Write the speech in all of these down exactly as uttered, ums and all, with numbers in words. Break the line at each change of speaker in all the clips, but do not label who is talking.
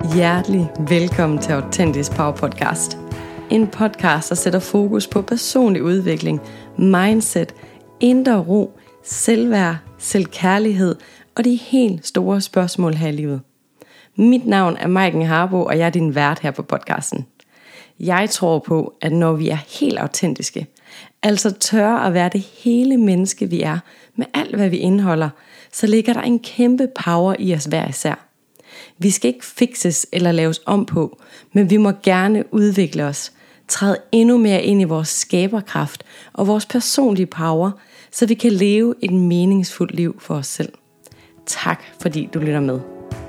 Hjertelig velkommen til Authentisk Power Podcast. En podcast, der sætter fokus på personlig udvikling, mindset, indre ro, selvværd, selvkærlighed og de helt store spørgsmål her i livet. Mit navn er Maiken Harbo, og jeg er din vært her på podcasten. Jeg tror på, at når vi er helt autentiske, altså tør at være det hele menneske vi er, med alt hvad vi indeholder, så ligger der en kæmpe power i os hver især. Vi skal ikke fikses eller laves om på, men vi må gerne udvikle os, træde endnu mere ind i vores skaberkraft og vores personlige power, så vi kan leve et meningsfuldt liv for os selv. Tak fordi du lytter med.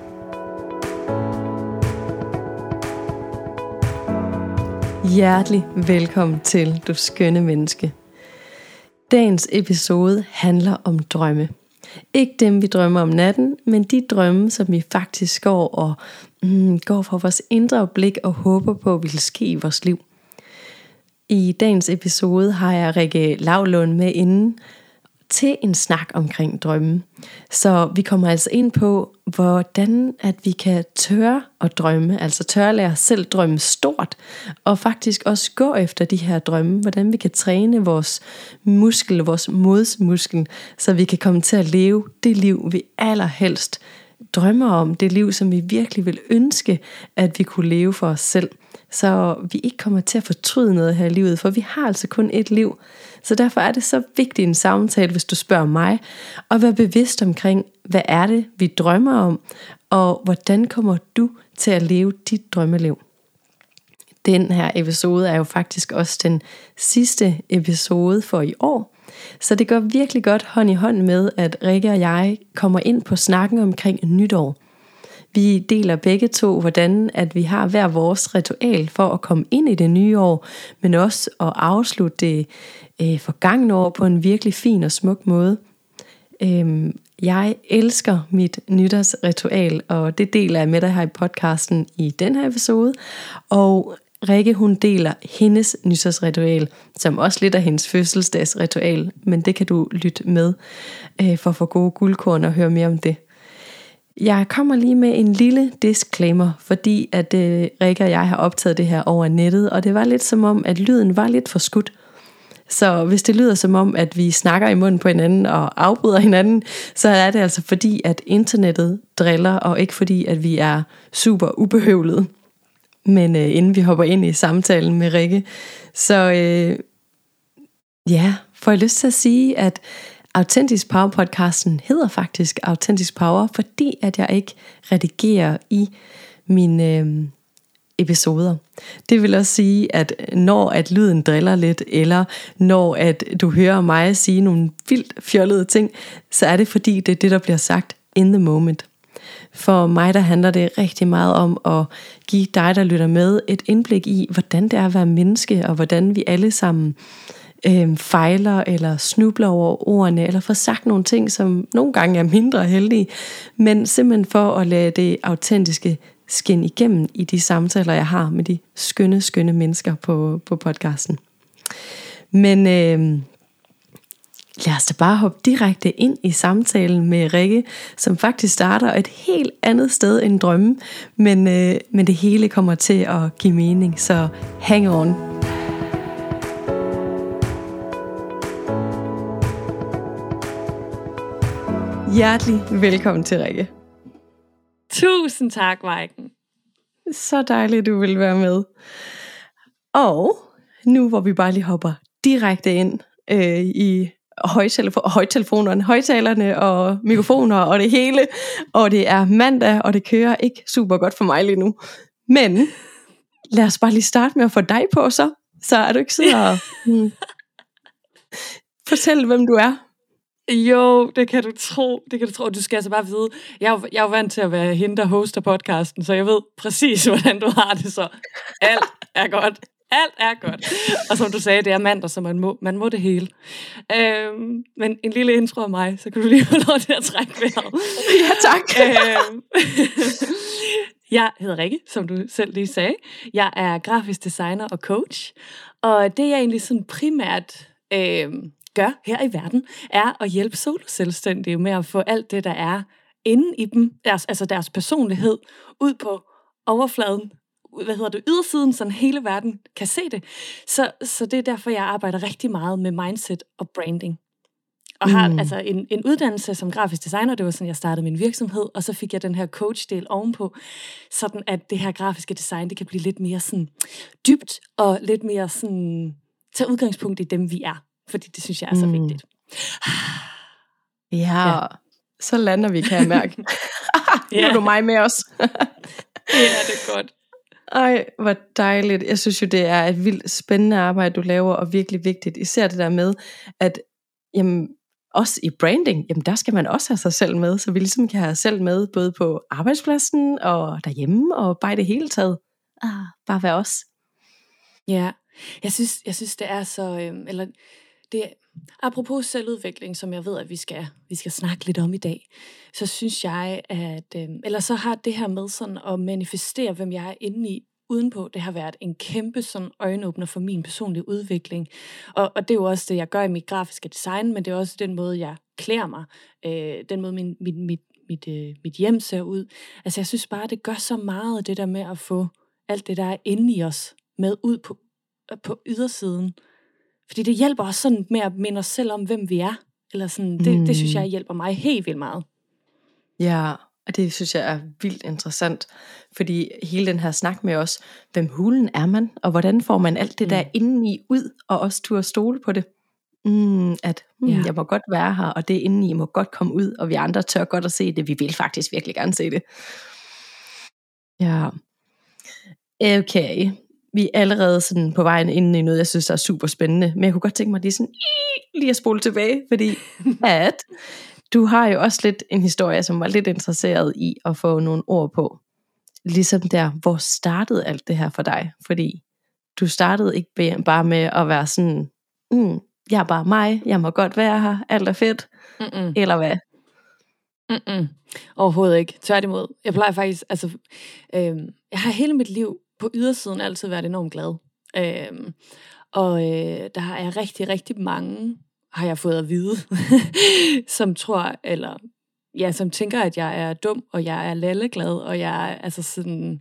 Hjertelig velkommen til, du skønne menneske. Dagens episode handler om drømme. Ikke dem vi drømmer om natten, men de drømme som vi faktisk går og mm, går fra vores indre blik og håber på vil ske i vores liv. I dagens episode har jeg Rikke Lavlund med inden til en snak omkring drømme. Så vi kommer altså ind på, hvordan at vi kan tørre at drømme, altså tørre at lade os selv drømme stort, og faktisk også gå efter de her drømme, hvordan vi kan træne vores muskel, vores modsmuskel, så vi kan komme til at leve det liv, vi allerhelst drømmer om, det liv, som vi virkelig vil ønske, at vi kunne leve for os selv. Så vi ikke kommer til at fortryde noget her i livet, for vi har altså kun et liv. Så derfor er det så vigtigt en samtale, hvis du spørger mig, at være bevidst omkring, hvad er det, vi drømmer om, og hvordan kommer du til at leve dit drømmeliv. Den her episode er jo faktisk også den sidste episode for i år, så det går virkelig godt hånd i hånd med, at Rikke og jeg kommer ind på snakken omkring nytår. Vi deler begge to, hvordan at vi har hver vores ritual for at komme ind i det nye år, men også at afslutte det øh, forgangne år på en virkelig fin og smuk måde. Øhm, jeg elsker mit nytårsritual, og det deler jeg med dig her i podcasten i den her episode. Og Rikke, hun deler hendes nytårsritual, som også lidt er hendes fødselsdagsritual, men det kan du lytte med øh, for at få gode guldkorn og høre mere om det. Jeg kommer lige med en lille disclaimer, fordi at øh, Rikke og jeg har optaget det her over nettet, og det var lidt som om, at lyden var lidt for skudt. Så hvis det lyder som om, at vi snakker i munden på hinanden og afbryder hinanden, så er det altså fordi, at internettet driller, og ikke fordi, at vi er super ubehøvlede. Men øh, inden vi hopper ind i samtalen med Rikke, så øh, ja, får jeg lyst til at sige, at Authentisk Power podcasten hedder faktisk Authentisk Power, fordi at jeg ikke redigerer i mine øh, episoder. Det vil også sige, at når at lyden driller lidt, eller når at du hører mig sige nogle vildt fjollede ting, så er det fordi, det er det, der bliver sagt in the moment. For mig der handler det rigtig meget om at give dig, der lytter med, et indblik i, hvordan det er at være menneske, og hvordan vi alle sammen øh, fejler eller snubler over ordene, eller får sagt nogle ting, som nogle gange er mindre heldige, men simpelthen for at lade det autentiske skinne igennem i de samtaler, jeg har med de skønne, skønne mennesker på, på podcasten. Men øh, lad os da bare hoppe direkte ind i samtalen med Rikke, som faktisk starter et helt andet sted end drømme, men, øh, men det hele kommer til at give mening, så hang on. Hjertelig velkommen til, Rikke.
Tusind tak, Maiken.
Så dejligt, du vil være med. Og nu hvor vi bare lige hopper direkte ind øh, i højtelefo- højtelefonerne, højtalerne og mikrofoner og det hele, og det er mandag, og det kører ikke super godt for mig lige nu. Men lad os bare lige starte med at få dig på så, så er du ikke sidder og hmm, fortæl, hvem du er.
Jo, det kan du tro. Det kan du tro. Du skal altså bare vide. Jeg er jo, jeg er jo vant til at være hende, der hoster podcasten, så jeg ved præcis, hvordan du har det så. Alt er godt. Alt er godt. Og som du sagde, det er mandag, så man må, man må det hele. Øhm, men en lille intro af mig, så kan du lige få lov til at trække vejret.
Ja, tak.
øhm, jeg hedder Rikke, som du selv lige sagde. Jeg er grafisk designer og coach. Og det jeg egentlig sådan primært øhm, gør her i verden, er at hjælpe solo-selvstændige med at få alt det, der er inde i dem, deres, altså deres personlighed, ud på overfladen, hvad hedder det, ydersiden, så hele verden kan se det. Så, så det er derfor, jeg arbejder rigtig meget med mindset og branding. Og har mm. altså en, en uddannelse som grafisk designer, det var sådan, jeg startede min virksomhed, og så fik jeg den her coach-del ovenpå, sådan at det her grafiske design, det kan blive lidt mere sådan dybt, og lidt mere sådan, tage udgangspunkt i dem, vi er. Fordi det synes jeg er så mm. vigtigt.
Ja, ja, så lander vi, kan jeg mærke. Nu er du mig med os.
Ja, det er godt.
Ej, hvor dejligt. Jeg synes jo, det er et vildt spændende arbejde, du laver, og virkelig vigtigt. Især det der med, at jamen, også i branding, jamen der skal man også have sig selv med, så vi ligesom kan have os selv med, både på arbejdspladsen og derhjemme, og bare i det hele taget. Ah, bare være os.
Ja, jeg synes, jeg synes det er så, øh, eller det, apropos selvudvikling, som jeg ved, at vi skal, vi skal snakke lidt om i dag, så synes jeg, at, øh, eller så har det her med sådan at manifestere, hvem jeg er inde i, udenpå, det har været en kæmpe sådan øjenåbner for min personlige udvikling. Og, og det er jo også det, jeg gør i mit grafiske design, men det er også den måde, jeg klæder mig. Øh, den måde, min, mit, mit, mit, øh, mit hjem ser ud. Altså, jeg synes bare, det gør så meget, det der med at få alt det, der er inde i os, med ud på, på ydersiden. Fordi det hjælper os sådan med at minde os selv om, hvem vi er. Eller sådan, det, mm. det synes jeg hjælper mig helt vildt meget.
Ja, og det synes jeg er vildt interessant, fordi hele den her snak med os, hvem hulen er man, og hvordan får man alt det der mm. indeni ud, og også turde stole på det. Mm, at mm, ja. jeg må godt være her, og det indeni må godt komme ud, og vi andre tør godt at se det. Vi vil faktisk virkelig gerne se det. Ja. Okay. Vi er allerede sådan på vejen ind i noget, jeg synes er super spændende, men jeg kunne godt tænke mig lige sådan, lige at spole tilbage, fordi at du har jo også lidt en historie, som var lidt interesseret i at få nogle ord på. Ligesom der, hvor startede alt det her for dig? Fordi du startede ikke bare med at være sådan, mm, jeg er bare mig, jeg må godt være her, alt er fedt, Mm-mm. eller hvad?
Mm-mm. Overhovedet ikke. Tværtimod. Jeg plejer faktisk, altså, øh, jeg har hele mit liv på ydersiden altid været enormt glad. Øh, og øh, der er rigtig, rigtig mange, har jeg fået at vide, som tror, eller ja, som tænker, at jeg er dum, og jeg er lalleglad, og jeg er altså sådan,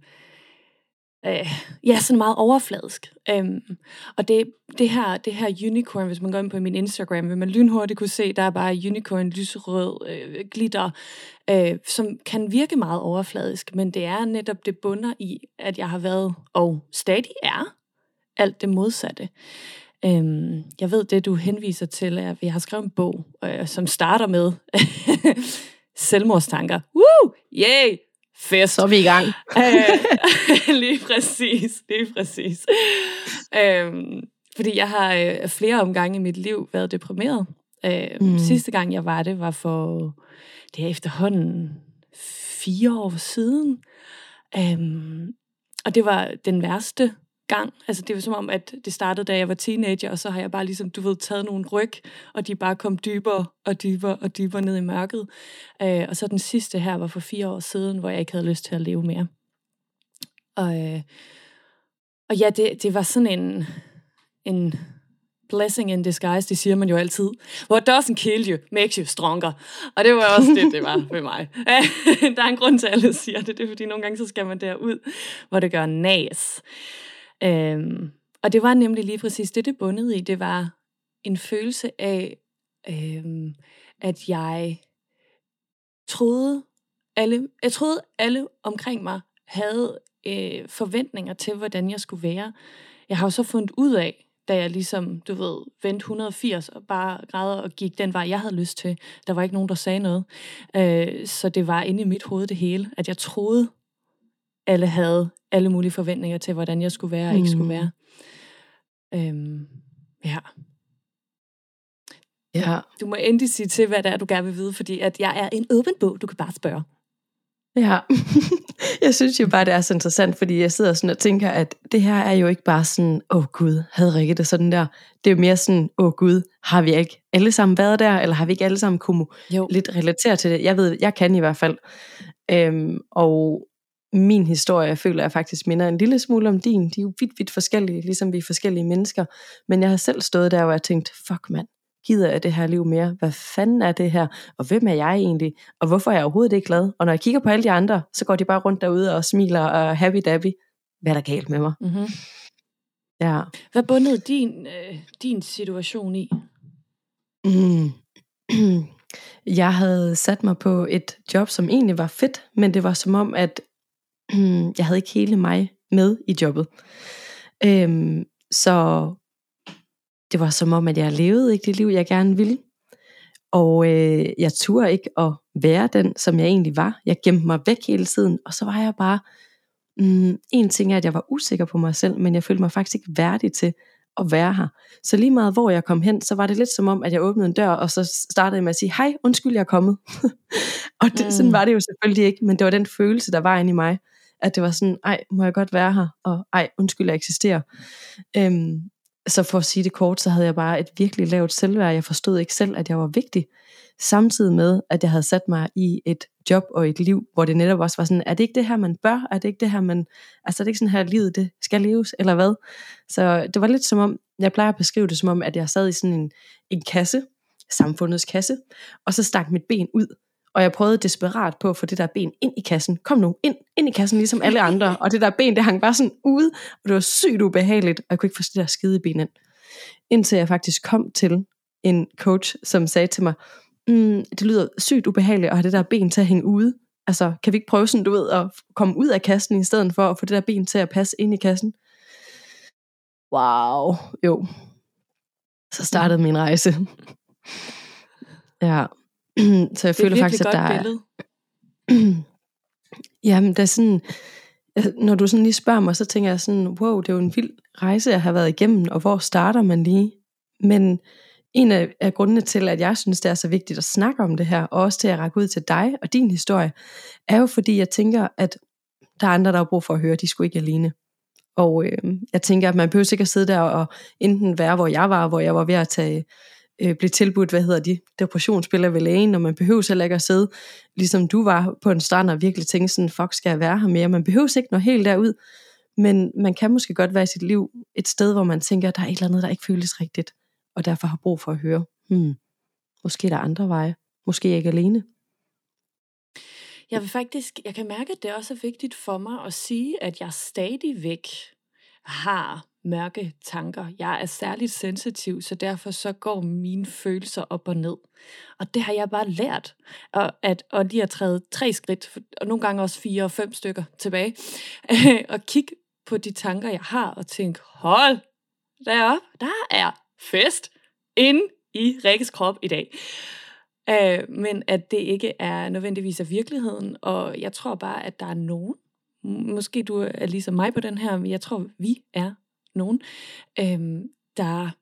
øh, jeg er sådan meget overfladisk. Øhm, og det, det, her, det her unicorn, hvis man går ind på min Instagram, vil man lynhurtigt kunne se, der er bare unicorn, lyserød, øh, glitter, øh, som kan virke meget overfladisk, men det er netop det bunder i, at jeg har været, og stadig er, alt det modsatte. Øhm, jeg ved, det du henviser til, er, at vi har skrevet en bog, øh, som starter med selvmordstanker. Woo! Yay! Fest!
Så er vi i gang.
øh, lige præcis, lige præcis. Øhm, fordi jeg har øh, flere omgange i mit liv været deprimeret. Øh, mm. Sidste gang jeg var det, var for, det er efterhånden fire år siden. Øhm, og det var den værste gang. Altså det var som om, at det startede, da jeg var teenager, og så har jeg bare ligesom, du ved, taget nogle ryg, og de bare kom dybere og dybere og dybere ned i mørket. Øh, og så den sidste her var for fire år siden, hvor jeg ikke havde lyst til at leve mere. Og, øh, og ja, det, det var sådan en, en blessing in disguise, det siger man jo altid. What doesn't kill you, makes you stronger. Og det var også det, det var ved mig. Der er en grund til, at alle siger det. Det er fordi, nogle gange så skal man derud, hvor det gør nas. Øhm, og det var nemlig lige præcis det, det bundede i. Det var en følelse af, øhm, at jeg troede, alle, jeg troede, alle omkring mig havde øh, forventninger til, hvordan jeg skulle være. Jeg har jo så fundet ud af, da jeg ligesom, du ved, vendte et hundrede og firs og bare græd og gik den vej, jeg havde lyst til. Der var ikke nogen, der sagde noget. Øh, så det var inde i mit hoved det hele, at jeg troede, alle havde alle mulige forventninger til, hvordan jeg skulle være og ikke mm. skulle være. Øhm, ja.
Ja.
Du må endelig sige til, hvad det er, du gerne vil vide, fordi at jeg er en åben bog, du kan bare spørge.
Ja, jeg synes jo bare, det er så interessant, fordi jeg sidder sådan og tænker, at det her er jo ikke bare sådan, åh Gud, havde Rikke det sådan der. Det er jo mere sådan, åh Gud, har vi ikke alle sammen været der, eller har vi ikke alle sammen kunnet jo. lidt relatere til det? Jeg ved, jeg kan i hvert fald. Øhm, og min historie, jeg føler, jeg faktisk minder en lille smule om din. De er jo vidt, vidt forskellige, ligesom vi er forskellige mennesker. Men jeg har selv stået der, hvor jeg tænkte, fuck mand, gider jeg det her liv mere? Hvad fanden er det her? Og hvem er jeg egentlig? Og hvorfor er jeg overhovedet ikke glad? Og når jeg kigger på alle de andre, så går de bare rundt derude og smiler og happy-dappy. Hvad er der galt med mig?
Mm-hmm.
Ja.
Hvad bundede din, øh, din situation i?
Mm. Jeg havde sat mig på et job, som egentlig var fedt, men det var som om, at jeg havde ikke hele mig med i jobbet. Øhm, så det var som om, at jeg levede ikke det liv, jeg gerne ville. Og øh, jeg turde ikke at være den, som jeg egentlig var. Jeg gemte mig væk hele tiden, og så var jeg bare... Mm, en ting er, at jeg var usikker på mig selv, men jeg følte mig faktisk ikke værdig til at være her. Så lige meget hvor jeg kom hen, så var det lidt som om, at jeg åbnede en dør, og så startede jeg med at sige, hej, undskyld, jeg er kommet. Og det, mm. sådan var det jo selvfølgelig ikke, men det var den følelse, der var inde i mig, at det var sådan, ej, må jeg godt være her, og ej, undskyld, jeg eksisterer. Øhm, så for at sige det kort, så havde jeg bare et virkelig lavt selvværd. Jeg forstod ikke selv, at jeg var vigtig, samtidig med, at jeg havde sat mig i et job og et liv, hvor det netop også var sådan, er det ikke det her, man bør? Er det ikke det her, man... Altså, er det ikke sådan her, livet det skal leves, eller hvad? Så det var lidt som om, jeg plejer at beskrive det som om, at jeg sad i sådan en, en kasse, samfundets kasse, og så stak mit ben ud, og jeg prøvede desperat på at få det der ben ind i kassen. Kom nu, ind, ind i kassen, ligesom alle andre. Og det der ben, det hang bare sådan ude, og det var sygt ubehageligt, og jeg kunne ikke få det der skide ben ind. Indtil jeg faktisk kom til en coach, som sagde til mig, mm, det lyder sygt ubehageligt at have det der ben til at hænge ude. Altså, kan vi ikke prøve sådan, du ved, at komme ud af kassen, i stedet for at få det der ben til at passe ind i kassen? Wow, jo. Så startede min rejse. Ja. Så jeg føler faktisk, at der er... Jamen, der er sådan... Når du sådan lige spørger mig, så tænker jeg sådan, wow, det er jo en vild rejse, jeg har været igennem, og hvor starter man lige? Men en af, af grundene til, at jeg synes, det er så vigtigt at snakke om det her, og også til at række ud til dig og din historie, er jo fordi, jeg tænker, at der er andre, der har brug for at høre, de skulle ikke alene. Og øh, jeg tænker, at man behøver sikkert sidde der og enten være, hvor jeg var, hvor jeg var ved at tage... blive tilbudt, hvad hedder de, depressionspiller ved lægen, og man behøver heller ikke at sidde, ligesom du var på en strand, og virkelig tænke sådan, fuck, skal jeg være her mere? Man behøver ikke nå helt derud, men man kan måske godt være i sit liv et sted, hvor man tænker, at der er et eller andet, der ikke føles rigtigt, og derfor har brug for at høre, hmm, måske er der andre veje, måske er jeg ikke alene.
Jeg vil faktisk, jeg kan mærke, at det også er vigtigt for mig at sige, at jeg stadigvæk har mørke tanker. Jeg er særligt sensitiv, så derfor så går mine følelser op og ned. Og det har jeg bare lært, at, at, at lige at træde tre skridt, og nogle gange også fire og fem stykker tilbage, og kigge på de tanker, jeg har, og tænke, hold derop, der er fest inde i Rikkes krop i dag. Uh, men at det ikke er nødvendigvis af virkeligheden, og jeg tror bare, at der er nogen, måske du er ligesom mig på den her, men jeg tror, vi er nogen, øhm, der,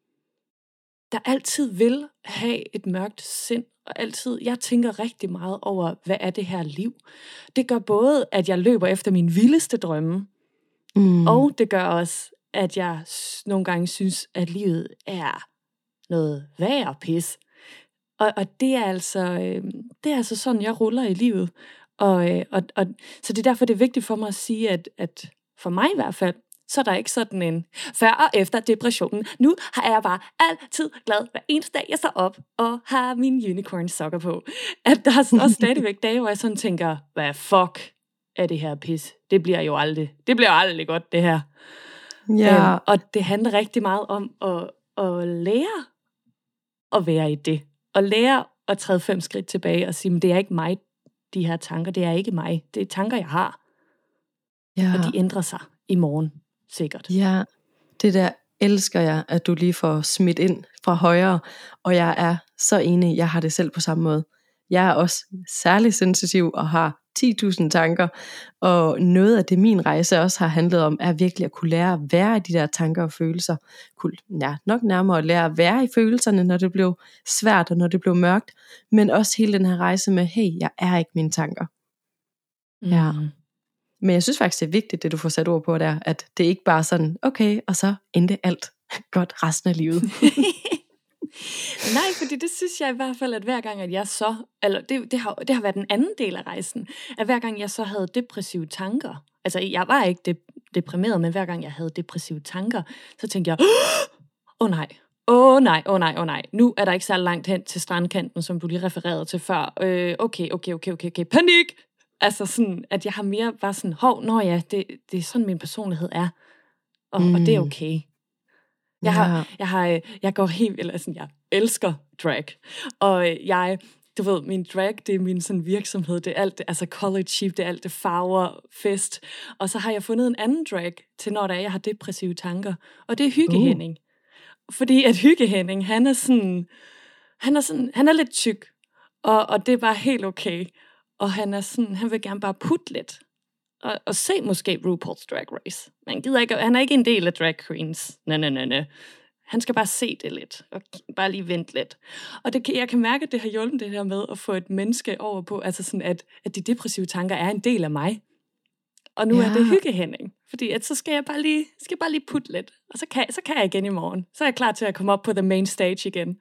der altid vil have et mørkt sind, og altid, jeg tænker rigtig meget over, hvad er det her liv? Det gør både, at jeg løber efter min vildeste drømme, mm. og det gør også, at jeg nogle gange synes, at livet er noget værre pis. Og, og det er altså, øh, det er altså sådan, jeg ruller i livet. Og, og, og, så det er derfor, det er vigtigt for mig at sige, at, at for mig i hvert fald, så er der ikke sådan en før og efter depressionen. Nu har jeg bare altid glad hver eneste dag, jeg står op og har min unicorn sokker på. At der er også stadigvæk dage, hvor jeg sådan tænker, hvad fuck er det her pis? Det bliver jo aldrig, det bliver aldrig godt, det her.
Ja.
Øhm, og det handler rigtig meget om at, at lære at være i det. Og lære at træde fem skridt tilbage og sige, men det er ikke mig, de her tanker, det er ikke mig. Det er tanker, jeg har. Ja. Og de ændrer sig i morgen, sikkert.
Ja, det der elsker jeg, at du lige får smidt ind fra højre, og jeg er så enig, jeg har det selv på samme måde. Jeg er også særlig sensitiv og har ti tusind tanker, og noget af det min rejse også har handlet om, er virkelig at kunne lære at være i de der tanker og følelser. Kunne, ja, nok nærmere at lære at være i følelserne, når det blev svært og når det blev mørkt, men også hele den her rejse med, hey, jeg er ikke mine tanker. Mm. Ja. Men jeg synes faktisk, det er vigtigt, det du får sat ord på der, at det ikke bare sådan, okay, og så endte alt godt resten af livet.
Nej, fordi det synes jeg i hvert fald, at hver gang, at jeg så, eller det, det, har, det har været den anden del af rejsen, at hver gang jeg så havde depressive tanker, altså jeg var ikke de, deprimeret, men hver gang jeg havde depressive tanker, så tænkte jeg, åh oh, nej, Åh oh, nej, åh oh, nej, åh oh, nej. Nu er der ikke så langt hen til strandkanten, som du lige refererede til før. Øh, okay, okay, okay, okay, okay. Panik! Altså sådan, at jeg har mere bare sådan, hov, nå ja, det, det er sådan, min personlighed er. Og, mm. og det er okay. Jeg har, ja. jeg har, jeg går helt, eller sådan, jeg elsker drag. Og jeg, du ved, min drag, det er min sådan virksomhed, det er alt det, altså college chic, det er alt det farver, fest. Og så har jeg fundet en anden drag til, når der er, jeg har depressive tanker. Og det er Hygge uh. Henning. Fordi at Hygge Henning, han er sådan, han er sådan, han er lidt tyk, og, og det er bare helt okay. Og han er sådan, han vil gerne bare putte lidt, og, og se måske RuPaul's Drag Race. Men gider ikke, han er ikke en del af drag queens. Nej, nej, nej, nej. Han skal bare se det lidt, og bare lige vente lidt. Og det, jeg kan mærke, at det har hjulpet det her med at få et menneske over på, altså sådan, at, at de depressive tanker er en del af mig. Og nu ja. er det Hygge Henning. Fordi at så skal jeg bare lige, skal jeg bare lige putte lidt. Og så kan, så kan jeg igen i morgen. Så er jeg klar til at komme op på the main stage igen.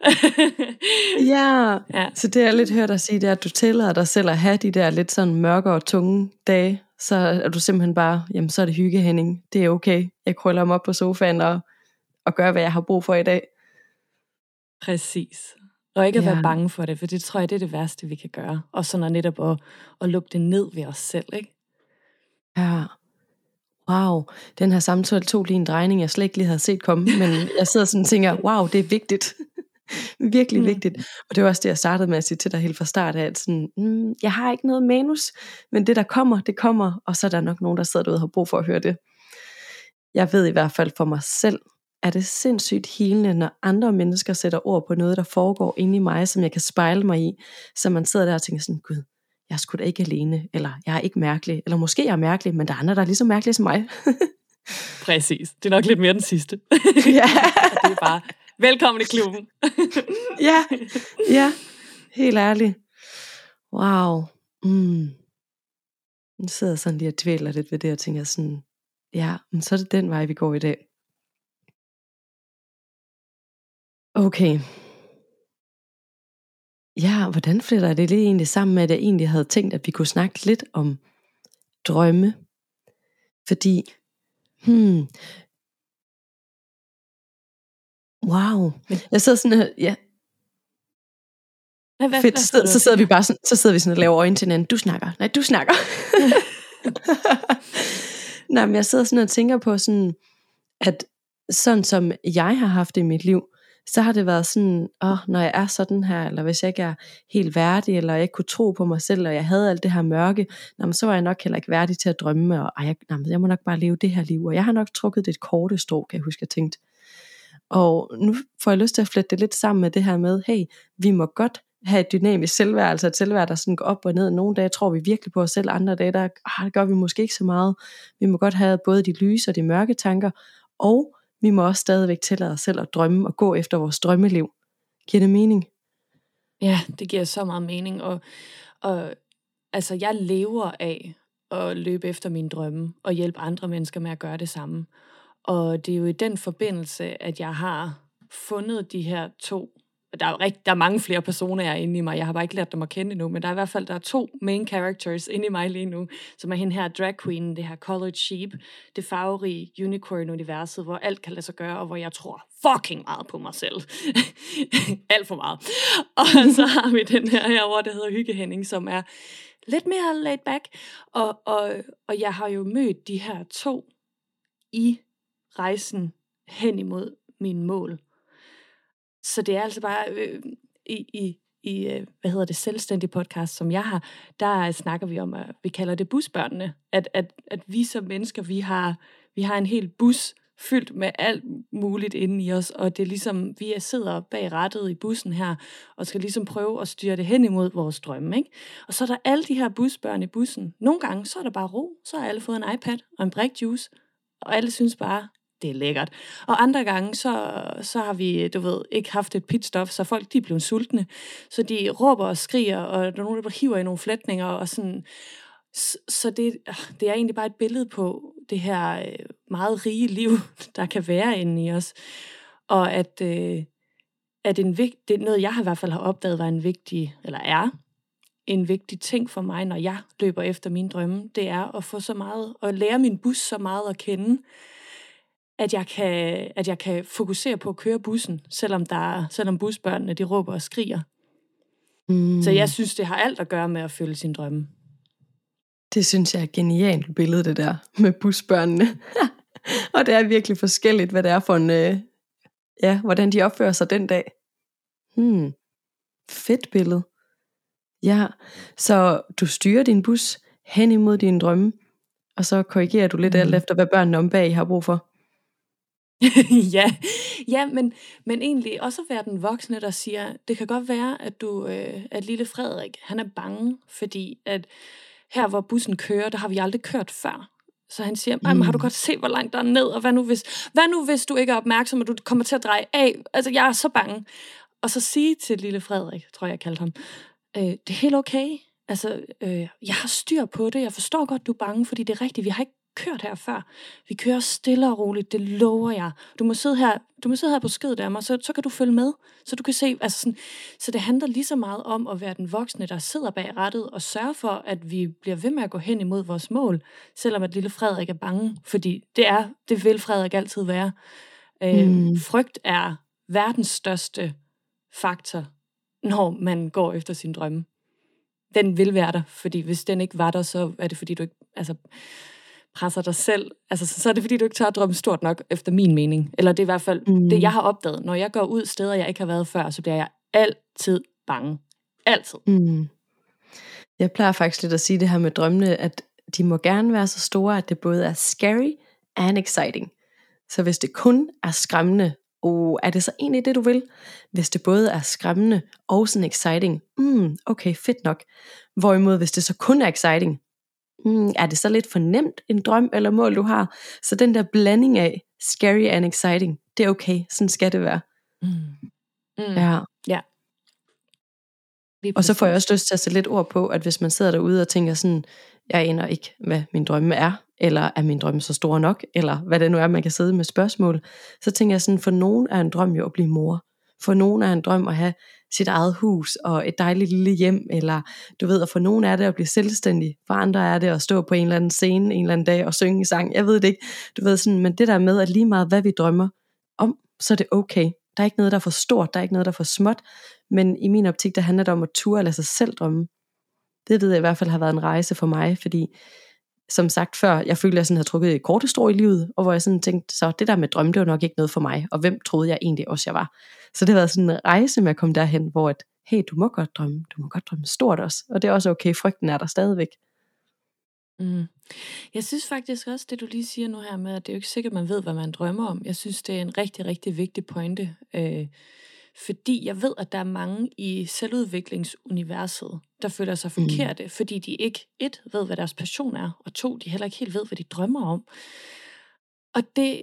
ja. ja, så det jeg lidt hørt dig sige, det er, at du tillader dig selv at have de der lidt sådan mørke og tunge dage. Så er du simpelthen bare, jamen så er det Hygge Henning. Det er okay. Jeg krøller mig op på sofaen og, og gør, hvad jeg har brug for i dag.
Præcis. Og ikke at ja. være bange for det, for det tror jeg, det er det værste, vi kan gøre. Og sådan at netop at, at lukke det ned ved os selv, ikke?
Ja, wow, den her samtale tog lige en drejning, jeg slet ikke lige havde set komme, men jeg sidder sådan og tænker, wow, det er vigtigt, virkelig mm. vigtigt, og det var også det, jeg startede med at sige til dig helt fra start af, at sådan, mm, jeg har ikke noget manus, men det der kommer, det kommer, og så er der nok nogen, der sidder derude og har brug for at høre det. Jeg ved i hvert fald for mig selv, er det sindssygt healende, når andre mennesker sætter ord på noget, der foregår inde i mig, som jeg kan spejle mig i, så man sidder der og tænker sådan, gud, jeg er sgu da ikke alene, eller jeg er ikke mærkelig, eller måske jeg er mærkelig, men der er andre, der er lige så mærkelige som mig.
Præcis. Det er nok lidt mere den sidste. Ja. Det er bare, velkommen i klubben.
ja, ja, helt ærligt. Wow. Mm. Nu sidder jeg sådan lige og dvæler lidt ved det, og tænker sådan, ja, men så er det den vej, vi går i dag. Okay. Ja, hvordan fletter det lige egentlig sammen med, at jeg egentlig havde tænkt, at vi kunne snakke lidt om drømme? Fordi, hmm, wow, jeg sidder sådan her, ja,
hvad,
fedt,
hvad,
så, så sidder vi bare sådan, så sidder vi sådan og laver øjne til hinanden, du snakker, nej, du snakker. Nej, men jeg sidder sådan og tænker på sådan, at sådan som jeg har haft det i mit liv, så har det været sådan, åh, når jeg er sådan her, eller hvis jeg ikke er helt værdig, eller jeg ikke kunne tro på mig selv, og jeg havde alt det her mørke, jamen, så var jeg nok heller ikke værdig til at drømme, og ej, jeg, jamen, jeg må nok bare leve det her liv, og jeg har nok trukket det et korte strå, kan jeg huske, jeg tænkte. Og nu får jeg lyst til at flette det lidt sammen med det her med, hey, vi må godt have et dynamisk selvværd, altså et selvværd, der sådan går op og ned. Nogle dage tror vi virkelig på os selv, andre dage, der ah, det gør vi måske ikke så meget. Vi må godt have både de lyse og de mørke tanker, og vi må også stadigvæk tillade os selv at drømme og gå efter vores drømmeliv. Giver det mening?
Ja, det giver så meget mening. Og, og altså, jeg lever af at løbe efter mine drømme og hjælpe andre mennesker med at gøre det samme. Og det er jo i den forbindelse, at jeg har fundet de her to. Der er, rigt, der er mange flere personer inde i mig. Jeg har bare ikke lært dem at kende endnu, men der er i hvert fald der er to main characters inde i mig lige nu, som er hende her drag queen, det her colored sheep, det farverige unicorn-universet, hvor alt kan lade sig gøre, og hvor jeg tror fucking meget på mig selv. Alt for meget. Og så har vi den her herovre, der hedder Hygge Henning, som er lidt mere laid back, og, og, og jeg har jo mødt de her to i rejsen hen imod mine mål. Så det er altså bare øh, i, i, i øh, hvad hedder det, selvstændig podcast, som jeg har, der snakker vi om, at vi kalder det busbørnene, at, at, at vi som mennesker, vi har, vi har en hel bus fyldt med alt muligt inde i os, og det er ligesom, vi sidder bag rattet i bussen her, og skal ligesom prøve at styre det hen imod vores drømme, ikke? Og så er der alle de her busbørn i bussen. Nogle gange, så er der bare ro, så har alle fået en iPad og en brikjuice, og alle synes bare, det er lækkert. Og andre gange, så, så har vi, du ved, ikke haft et pitstop, så folk, de er blevet sultne. Så de råber og skriger, og der er nogen, der hiver i nogle flætninger, og sådan. Så det, det er egentlig bare et billede på det her meget rige liv, der kan være inde i os. Og at, at en vigt, det er noget, jeg i hvert fald har opdaget, var en vigtig, eller er, en vigtig ting for mig, når jeg løber efter mine drømme, det er at få så meget, at lære min bus så meget at kende, at jeg kan, at jeg kan fokusere på at køre bussen, selvom, der, selvom busbørnene de råber og skriger.
Mm.
Så jeg synes, det har alt at gøre med at følge sin drømme.
Det synes jeg er et genialt billede, det der med busbørnene. Og det er virkelig forskelligt, hvad det er for en, øh, ja, hvordan de opfører sig den dag. Hmm. Fedt billede. Ja, så du styrer din bus hen imod dine drømme, og så korrigerer du lidt mm. alt efter, hvad børnene om bag har brug for.
ja, ja men, men egentlig også at være den voksne, der siger, det kan godt være, at du, øh, at lille Frederik, han er bange, fordi at her, hvor bussen kører, der har vi aldrig kørt før. Så han siger, mm. har du godt set, hvor langt der er ned, og hvad nu, hvis, hvad nu hvis du ikke er opmærksom, og du kommer til at dreje af? Altså, jeg er så bange. Og så sige til lille Frederik, tror jeg, jeg kaldte ham, øh, det er helt okay. Altså, øh, jeg har styr på det. Jeg forstår godt, du er bange, fordi det er rigtigt. Vi har ikke kørt her før. Vi kører stille og roligt, det lover jeg. Du må sidde her, du må sidde her på skødet af mig, så, så kan du følge med. Så du kan se, altså sådan, så det handler lige så meget om at være den voksne, der sidder bag rattet og sørge for, at vi bliver ved med at gå hen imod vores mål, selvom at lille Frederik er bange, fordi det er, det vil Frederik altid være. Øh, mm. Frygt er verdens største faktor, når man går efter sin drømme. Den vil være der, fordi hvis den ikke var der, så er det fordi du ikke, altså presser dig selv, altså så er det fordi du ikke tør at drømme stort nok, efter min mening. Eller det er i hvert fald mm. det, jeg har opdaget. Når jeg går ud steder, jeg ikke har været før, så bliver jeg altid bange. Altid.
Mm. Jeg plejer faktisk lidt at sige det her med drømmene, at de må gerne være så store, at det både er scary and exciting. Så hvis det kun er skræmmende, og er det så egentlig det, du vil? Hvis det både er skræmmende og sådan exciting, mm, okay, fedt nok. Hvorimod, hvis det så kun er exciting, mm, er det så lidt for nemt en drøm eller mål, du har? Så den der blanding af scary and exciting, det er okay, sådan skal det være.
Mm. Mm.
Ja.
Ja.
Og så får jeg også lyst til at sætte lidt ord på, at hvis man sidder derude og tænker sådan, jeg aner ikke, hvad min drømme er, eller er min drømme så store nok, eller hvad det nu er, man kan sidde med spørgsmål, så tænker jeg sådan, for nogen er en drøm jo at blive mor. For nogen er en drøm at have sit eget hus, og et dejligt lille hjem, eller du ved, og for nogen er det at blive selvstændig, for andre er det at stå på en eller anden scene, en eller anden dag, og synge en sang, jeg ved det ikke, du ved sådan, men det der med, at lige meget hvad vi drømmer om, så er det okay. Der er ikke noget, der er for stort, der er ikke noget, der er for småt, men i min optik, der handler det om at ture og lade sig selv drømme. Det ved jeg i hvert fald har været en rejse for mig, fordi som sagt før, jeg følte, at jeg sådan havde trukket et kortestrå i livet, og hvor jeg sådan tænkte, så det der med drømme, det var nok ikke noget for mig, og hvem troede jeg egentlig også, jeg var. Så det har været sådan en rejse med at komme derhen, hvor at, hey, du må godt drømme, du må godt drømme stort også, og det er også okay, frygten er der stadigvæk.
Mm. Jeg synes faktisk også, det du lige siger nu her med, at det er jo ikke sikkert, man ved, hvad man drømmer om. Jeg synes, det er en rigtig, rigtig vigtig pointe, øh, fordi jeg ved, at der er mange i selvudviklingsuniverset, der føler sig forkerte, mm. fordi de ikke, et, ved, hvad deres passion er, og to, de heller ikke helt ved, hvad de drømmer om. Og det,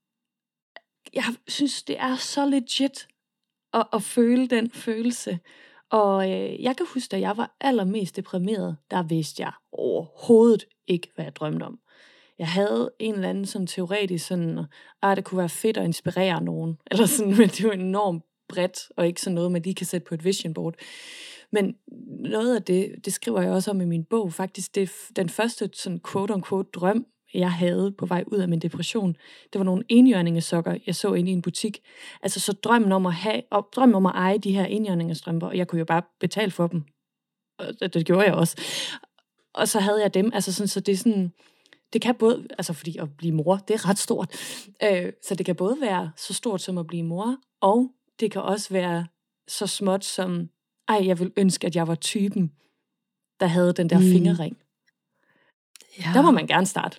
jeg synes, det er så legit at, at føle den følelse. Og øh, jeg kan huske, da jeg var allermest deprimeret, der vidste jeg overhovedet ikke, hvad jeg drømte om. Jeg havde en eller anden sådan teoretisk sådan, at det kunne være fedt at inspirere nogen, eller sådan, men det var enormt bredt, og ikke sådan noget, man lige kan sætte på et vision board. Men noget af det, det skriver jeg også om i min bog, faktisk det den første sådan quote-unquote drøm, jeg havde på vej ud af min depression, det var nogle enhjørningesokker, jeg så inde i en butik. Altså så drømmen om at have, og drømmen om at eje de her enhjørningestrømper, og jeg kunne jo bare betale for dem. Og det, det gjorde jeg også. Og så havde jeg dem, altså sådan, så det er sådan, det kan både, altså fordi at blive mor, det er ret stort, øh, så det kan både være så stort som at blive mor, og det kan også være så småt som, ej, jeg vil ønske, at jeg var typen, der havde den der mm. fingerring. Ja. Der må man gerne starte.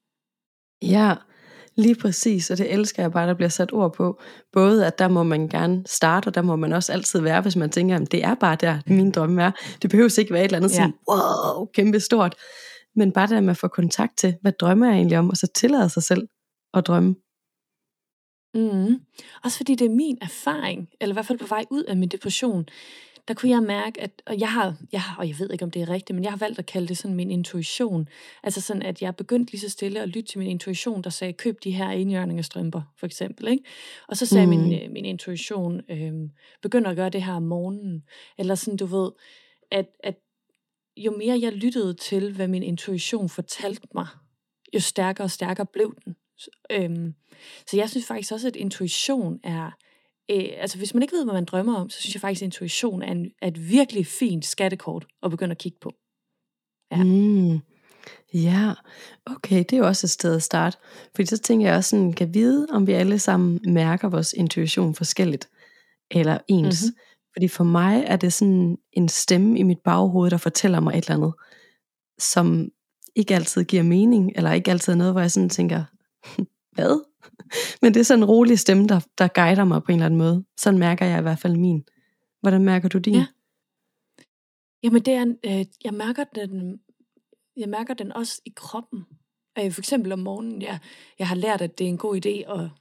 Ja, lige præcis, og det elsker jeg bare, der bliver sat ord på. Både at der må man gerne starte, og der må man også altid være, hvis man tænker, at det er bare der, min drømme er. Det behøver ikke være et eller andet ja. sådan, wow, kæmpe stort. Men bare det med at få kontakt til, hvad drømmer jeg egentlig om, og så tillade sig selv at drømme.
Mm. Også fordi det er min erfaring, eller i hvert fald på vej ud af min depression, der kunne jeg mærke, at, og jeg har, jeg har, og jeg ved ikke, om det er rigtigt, men jeg har valgt at kalde det sådan min intuition. Altså sådan, at jeg begyndte lige så stille at lytte til min intuition, der sagde, køb de her enhjørningestrømper, for eksempel, ikke? Og så sagde mm. min, min intuition, øh, begynd at gøre det her om morgenen. Eller sådan, du ved, at, at jo mere jeg lyttede til, hvad min intuition fortalte mig, jo stærkere og stærkere blev den. Så, øhm, så jeg synes faktisk også, at intuition er, øh, altså hvis man ikke ved, hvad man drømmer om, så synes jeg faktisk, at intuition er, en, er et virkelig fint skattekort at begynde at kigge på. Ja.
Mm. Ja, okay, det er jo også et sted at starte. Fordi så tænker jeg også sådan, kan vide, om vi alle sammen mærker vores intuition forskelligt, eller ens.
Mm-hmm.
Fordi for mig er det sådan en stemme i mit baghoved, der fortæller mig et eller andet, som ikke altid giver mening, eller ikke altid er noget, hvor jeg sådan tænker, hvad? Men det er sådan en rolig stemme, der, der guider mig på en eller anden måde. Sådan mærker jeg i hvert fald min. Hvordan mærker du din?
Ja. Jamen det er, øh, jeg mærker den, jeg mærker den også i kroppen. Øh, for eksempel om morgenen, jeg, jeg har lært, at det er en god idé at,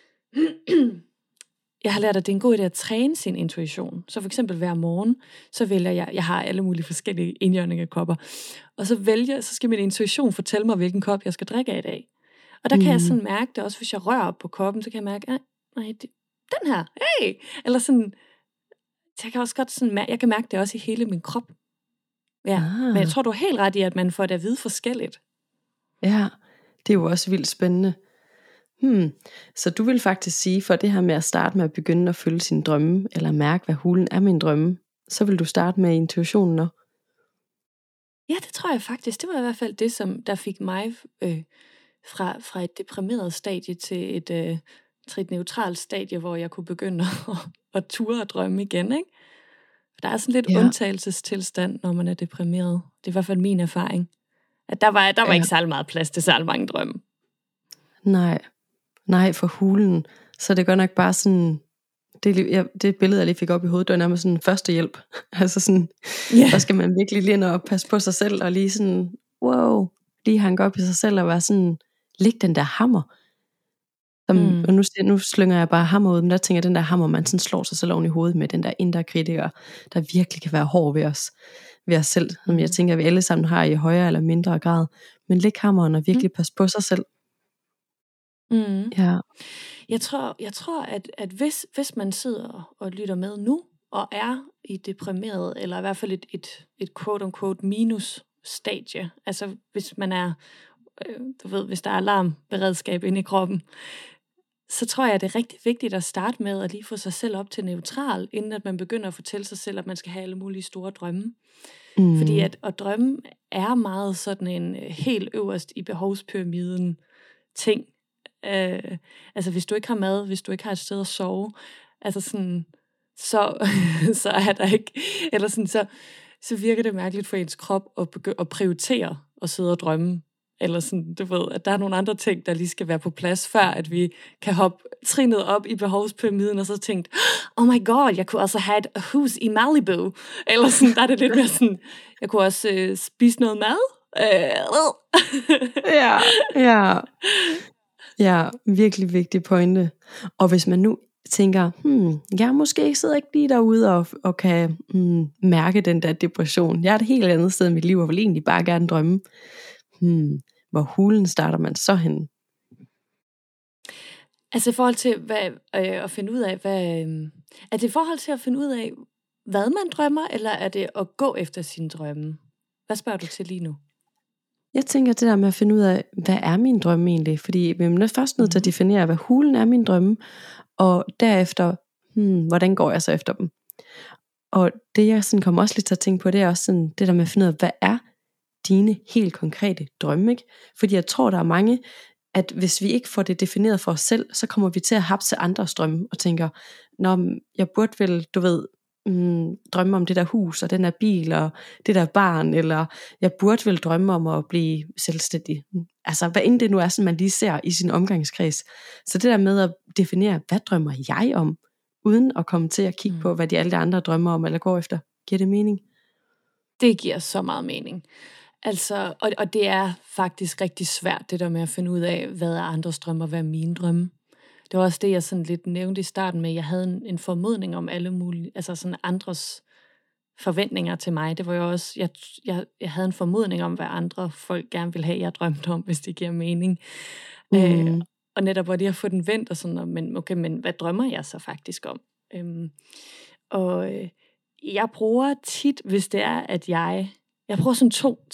jeg har lært, at det er en god idé at træne sin intuition. Så for eksempel hver morgen, så vælger jeg, jeg har alle mulige forskellige indjørningekopper, og så vælger, så skal min intuition fortælle mig, hvilken kop jeg skal drikke af i dag. Og der kan mm. jeg sådan mærke det, også hvis jeg rører op på koppen, så kan jeg mærke, nej, det, den her, hey! Eller sådan, jeg kan også godt sådan, jeg kan mærke det også i hele min krop. Ja, ah. Men jeg tror, du er helt ret i, at man får det at vide forskelligt.
Ja, det er jo også vildt spændende. Hmm. Så du vil faktisk sige, for det her med at starte med at begynde at følge sine drømme, eller mærke, hvad hulen er min drømme, så vil du starte med intuitionen også?
Ja, det tror jeg faktisk. Det var i hvert fald det, som der fik mig øh, fra, fra et deprimeret stadie til et, øh, til et neutralt stadie, hvor jeg kunne begynde at, at ture og drømme igen, ikke? Der er sådan lidt ja. undtagelsestilstand, når man er deprimeret. Det er i hvert fald min erfaring. At der var, der var ja. ikke særlig meget plads til særlig mange drømme.
Nej, nej for hulen. Så det er godt nok bare sådan, det, jeg, det billede, jeg lige fik op i hovedet, det var nærmest sådan førstehjælp. Altså sådan, yeah. der skal man virkelig lige ind og passe på sig selv, og lige sådan, wow, lige hanke op i sig selv, og være sådan, læg den der hammer. Som, mm. Og nu, nu slynger jeg bare hammer ud, men der tænker jeg, den der hammer, man sådan slår sig selv oven i hovedet med, den der indre kritiker, der virkelig kan være hård ved os, ved os selv, som jeg tænker, vi alle sammen har i højere eller mindre grad. Men læg hammeren og virkelig mm. passe på sig selv.
Mm.
Ja.
Jeg tror, jeg tror at, at hvis, hvis man sidder og lytter med nu, og er i deprimeret, eller i hvert fald et, et, et quote-unquote minus stadie, altså hvis man er, øh, du ved, hvis der er alarmberedskab inde i kroppen, så tror jeg, at det er rigtig vigtigt at starte med at lige få sig selv op til neutral, inden at man begynder at fortælle sig selv, at man skal have alle mulige store drømme. Mm. Fordi at, at drømme er meget sådan en helt øverst i behovspyramiden ting. Øh, altså hvis du ikke har mad, hvis du ikke har et sted at sove, altså sådan, så, så er der ikke, eller sådan, så, så virker det mærkeligt for ens krop at, begynde, at prioritere at sidde og drømme. Eller sådan, du ved, at der er nogle andre ting, der lige skal være på plads, før at vi kan hoppe trinet op i behovspyramiden, og så tænkt, oh my god, jeg kunne også have et hus i Malibu. Eller sådan, der er det lidt mere sådan, jeg kunne også øh, spise noget mad.
ja, ja. Ja, virkelig vigtig pointe. Og hvis man nu tænker, hmm, jeg måske sidder ikke lige derude og, og kan hmm, mærke den der depression. Jeg er et helt andet sted i mit liv, og vil egentlig bare gerne drømme. Hmm, hvor hulen starter man så hen?
Altså i forhold til hvad, øh, at finde ud af, hvad, øh, er det i forhold til at finde ud af, hvad man drømmer, eller er det at gå efter sine drømme? Hvad spørger du til lige nu?
Jeg tænker det der med at finde ud af, hvad er min drømme egentlig? Fordi vi er først nødt til at definere, hvad hulen er min drømme, og derefter, hmm, hvordan går jeg så efter dem? Og det jeg sådan kommer også lidt til at tænke på, det er også sådan, det der med at finde ud af, hvad er dine helt konkrete drømme? Ikke? Fordi jeg tror, der er mange, at hvis vi ikke får det defineret for os selv, så kommer vi til at hapse andres drømme, og tænker, nå, jeg burde vel, du ved, Mm, drømme om det der hus og den der bil og det der barn, eller jeg burde vel drømme om at blive selvstændig. Altså hvad end det nu er, som man lige ser i sin omgangskreds. Så det der med at definere, hvad drømmer jeg om, uden at komme til at kigge mm. på, hvad de alle andre drømmer om eller går efter. Giver det mening?
Det giver så meget mening. Altså, og, og det er faktisk rigtig svært, det der med at finde ud af, hvad er andres drømmer, hvad er mine drømme. Det var også det, jeg sådan lidt nævnte i starten med, jeg havde en, en formodning om alle mulige, altså sådan andres forventninger til mig. Det var jo også, jeg, jeg, jeg havde en formodning om, hvad andre folk gerne vil have, jeg drømte om, hvis det giver mening. Mm. Øh, og netop hvor de har fået den vendt, og sådan, men okay, men hvad drømmer jeg så faktisk om? Øhm, og øh, jeg bruger tit, hvis det er, at jeg, jeg bruger sådan to ting.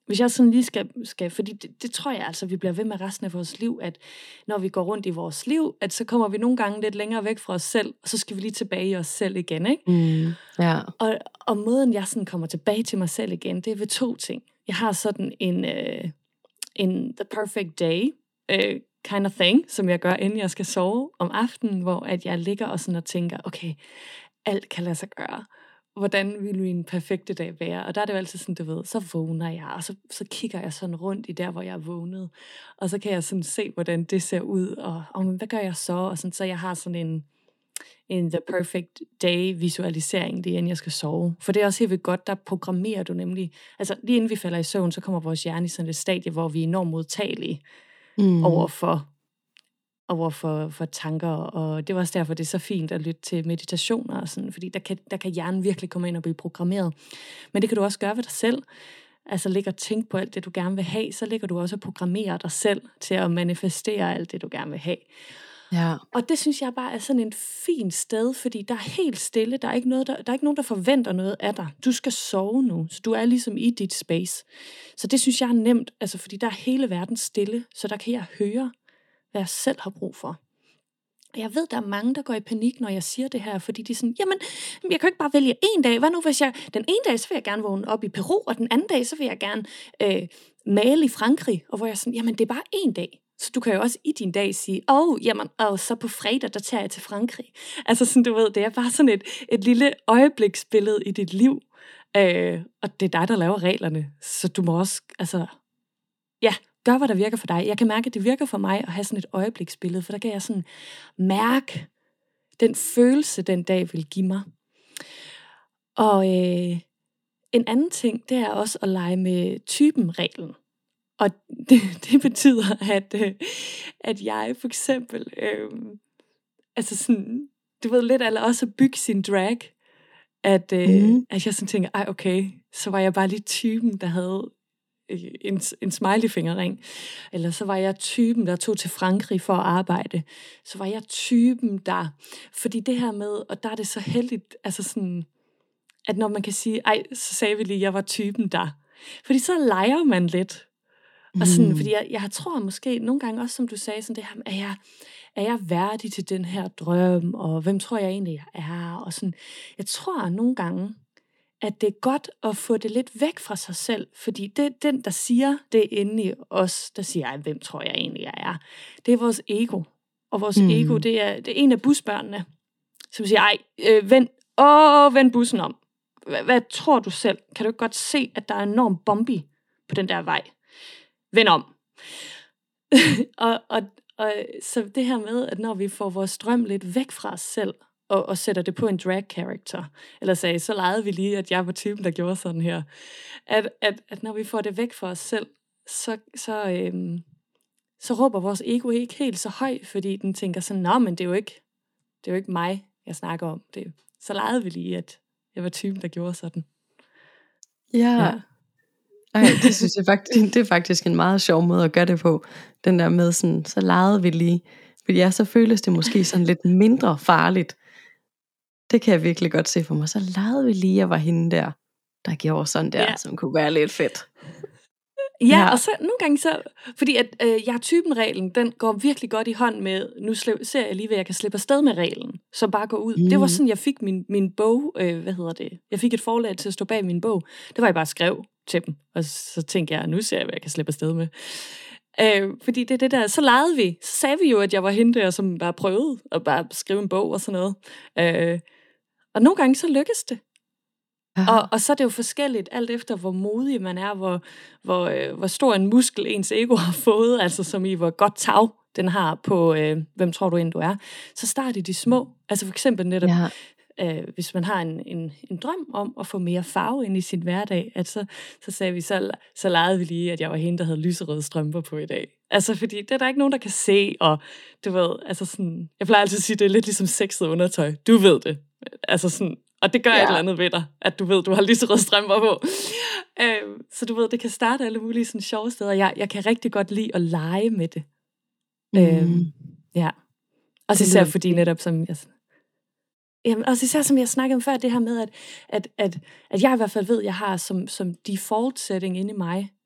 hvis jeg sådan lige skal, skal fordi det, det tror jeg altså, vi bliver ved med resten af vores liv, at når vi går rundt i vores liv, at så kommer vi nogle gange lidt længere væk fra os selv, og så skal vi lige tilbage i os selv igen, ikke?
Mm, ja.
Og, og måden, jeg sådan kommer tilbage til mig selv igen, det er ved to ting. Jeg har sådan en, uh, en the perfect day uh, kind of thing, som jeg gør, inden jeg skal sove om aftenen, hvor at jeg ligger og sådan og tænker, okay, alt kan lade sig gøre. Hvordan ville min perfekte dag være? Og der er det jo altid sådan, du ved, så vågner jeg, og så, så kigger jeg sådan rundt i der, hvor jeg er vågnet, og så kan jeg sådan se, hvordan det ser ud, og, og hvad gør jeg så? Og sådan, så jeg har sådan en, en the perfect day visualisering, lige inden jeg skal sove. For det er også helt vildt godt, der programmerer du nemlig, altså lige inden vi falder i søvn, så kommer vores hjerne i sådan et stadie, hvor vi er enormt modtagelige mm. over for over for, for tanker, og det var også derfor, det er så fint at lytte til meditationer og sådan, fordi der kan, der kan hjernen virkelig komme ind og blive programmeret. Men det kan du også gøre ved dig selv. Altså ligge og tænke på alt det, du gerne vil have, så ligger du også og programmerer dig selv til at manifestere alt det, du gerne vil have.
Ja.
Og det synes jeg bare er sådan en fin sted, fordi der er helt stille, der er ikke noget, der, der er ikke nogen, der forventer noget af dig. Du skal sove nu, så du er ligesom i dit space. Så det synes jeg er nemt, altså fordi der er hele verden stille, så der kan jeg høre, hvad jeg selv har brug for. Jeg ved, der er mange, der går i panik, når jeg siger det her, fordi de er sådan, jamen, jeg kan jo ikke bare vælge en dag. Hvad nu, hvis jeg, den ene dag, så vil jeg gerne vågne op i Peru, og den anden dag, så vil jeg gerne øh, male i Frankrig, og hvor jeg er sådan, jamen, det er bare en dag. Så du kan jo også i din dag sige, åh, oh, jamen, og så på fredag, der tager jeg til Frankrig. Altså sådan, du ved, det er bare sådan et, et lille øjebliksbillede i dit liv, øh, og det er dig, der laver reglerne, så du må også, altså, ja, gør, hvad der virker for dig. Jeg kan mærke, at det virker for mig at have sådan et øjebliksbillede, for der kan jeg sådan mærke den følelse, den dag vil give mig. Og øh, en anden ting, det er også at lege med typen-reglen. Og det, det betyder, at, øh, at jeg for eksempel, øh, altså sådan, du ved lidt, eller også at bygge sin drag, at, øh, mm. at jeg sådan tænker, ej okay, så var jeg bare lige typen, der havde en, en smiley-fingerring, eller så var jeg typen, der tog til Frankrig for at arbejde, så var jeg typen, der, fordi det her med, og der er det så heldigt, altså sådan, at når man kan sige, ej, så sagde vi lige, jeg var typen, der, fordi så leger man lidt, og sådan, mm. fordi jeg, jeg tror måske nogle gange også, som du sagde, sådan det her, er jeg, er jeg værdig til den her drøm, og hvem tror jeg egentlig, jeg er, og sådan, jeg tror nogle gange, at det er godt at få det lidt væk fra sig selv, fordi det er den, der siger det inde i os, der siger, ej, hvem tror jeg egentlig, jeg er. Det er vores ego. Og vores mm. ego, det er, det er en af busbørnene, som siger, ej, øh, vend, åh, vend bussen om. Hvad, hvad tror du selv? Kan du ikke godt se, at der er enormt bombi på den der vej? Vend om. og, og, og så det her med, at når vi får vores drøm lidt væk fra os selv, Og, og sætter det på en drag character, eller sagde, så legede vi lige, at jeg var typen, der gjorde sådan her, at, at, at når vi får det væk fra os selv, så, så, øhm, så råber vores ego ikke helt så højt, fordi den tænker sådan, nå, men det er jo ikke, det er jo ikke mig, jeg snakker om. Det, så legede vi lige, at jeg var typen, der gjorde sådan.
Ja, ja. Ej, det synes jeg faktisk, det er faktisk en meget sjov måde at gøre det på, den der med sådan, så legede vi lige, fordi ja, så føles det måske sådan lidt mindre farligt. Det kan jeg virkelig godt se for mig. Så legede vi lige, at jeg var hende der, der gjorde sådan der, ja. Som kunne være lidt fedt.
Ja, ja, og så nogle gange så, fordi at øh, jeg typen-reglen, den går virkelig godt i hånd med, nu sl- ser jeg lige, hvad jeg kan slippe afsted med reglen, så bare gå ud. Mm. Det var sådan, jeg fik min, min bog, øh, hvad hedder det, jeg fik et forlag til at stå bag min bog. Det var jeg bare skrev til dem, og så tænkte jeg, nu ser jeg, hvad jeg kan slippe afsted med. Øh, fordi det er det der, så legede vi, så sagde vi jo, at jeg var hende der, som bare prøvede at bare skrive en bog og sådan noget. Øh, og nogle gange så lykkes det. Og, og så er det jo forskelligt, alt efter hvor modig man er, hvor, hvor, øh, hvor stor en muskel ens ego har fået, altså som i hvor godt tag den har på, øh, hvem tror du end du er. Så start i de små. Altså for eksempel netop, ja. øh, hvis man har en, en, en drøm om at få mere farve ind i sin hverdag, at så, så sagde vi, så, så legede vi lige, at jeg var hende, der havde lyserøde strømper på i dag. Altså fordi det er der ikke nogen, der kan se, og du ved, altså sådan, jeg plejer altid at sige, det er lidt ligesom sexet undertøj. Du ved det. Altså sådan, og det gør ja. Et eller andet ved dig, at du ved, du har lyserøde strømper på. Øh, så du ved, det kan starte alle mulige sådan sjove steder. Jeg, jeg kan rigtig godt lide at lege med det. Mm. Øh, ja. Og så især fordi netop, som jeg... Jamen, også især som jeg snakkede om før, det her med, at, at, at, at jeg i hvert fald ved, at jeg har som, som default setting inde i mig,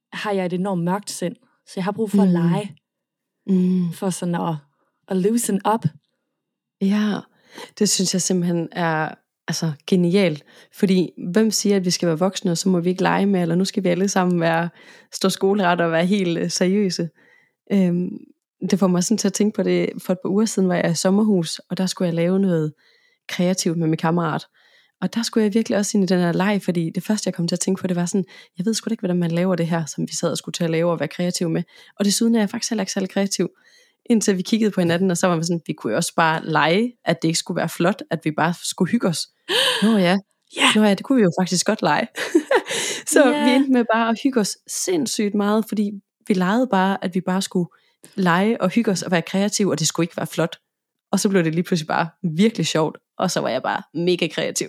har jeg et enormt mørkt sind. Så jeg har brug for mm. at lege.
Mm.
For sådan at, at loosen up.
Ja, det synes jeg simpelthen er altså genialt. Fordi hvem siger, at vi skal være voksne, og så må vi ikke lege med, eller nu skal vi alle sammen være, stå skoleret og være helt øh, seriøse. Øhm, det får mig sådan til at tænke på det. For et par uger siden var jeg i sommerhus, og der skulle jeg lave noget kreativt med min kammerat. Og der skulle jeg virkelig også ind i den her leg, fordi det første jeg kom til at tænke på, det var sådan, jeg ved sgu da ikke, hvordan man laver det her, som vi sad og skulle til at lave og være kreativ med. Og desuden er jeg faktisk heller ikke særlig kreativ. Indtil vi kiggede på hinanden, og så var vi sådan, vi kunne jo også bare lege, at det ikke skulle være flot, at vi bare skulle hygge os. Nå ja,
yeah.
Nå ja, det kunne vi jo faktisk godt lege. Så yeah. vi endte med bare at hygge os sindssygt meget, fordi vi legede bare, at vi bare skulle lege og hygge os og være kreative, og det skulle ikke være flot. Og så blev det lige pludselig bare virkelig sjovt, og så var jeg bare mega kreativ.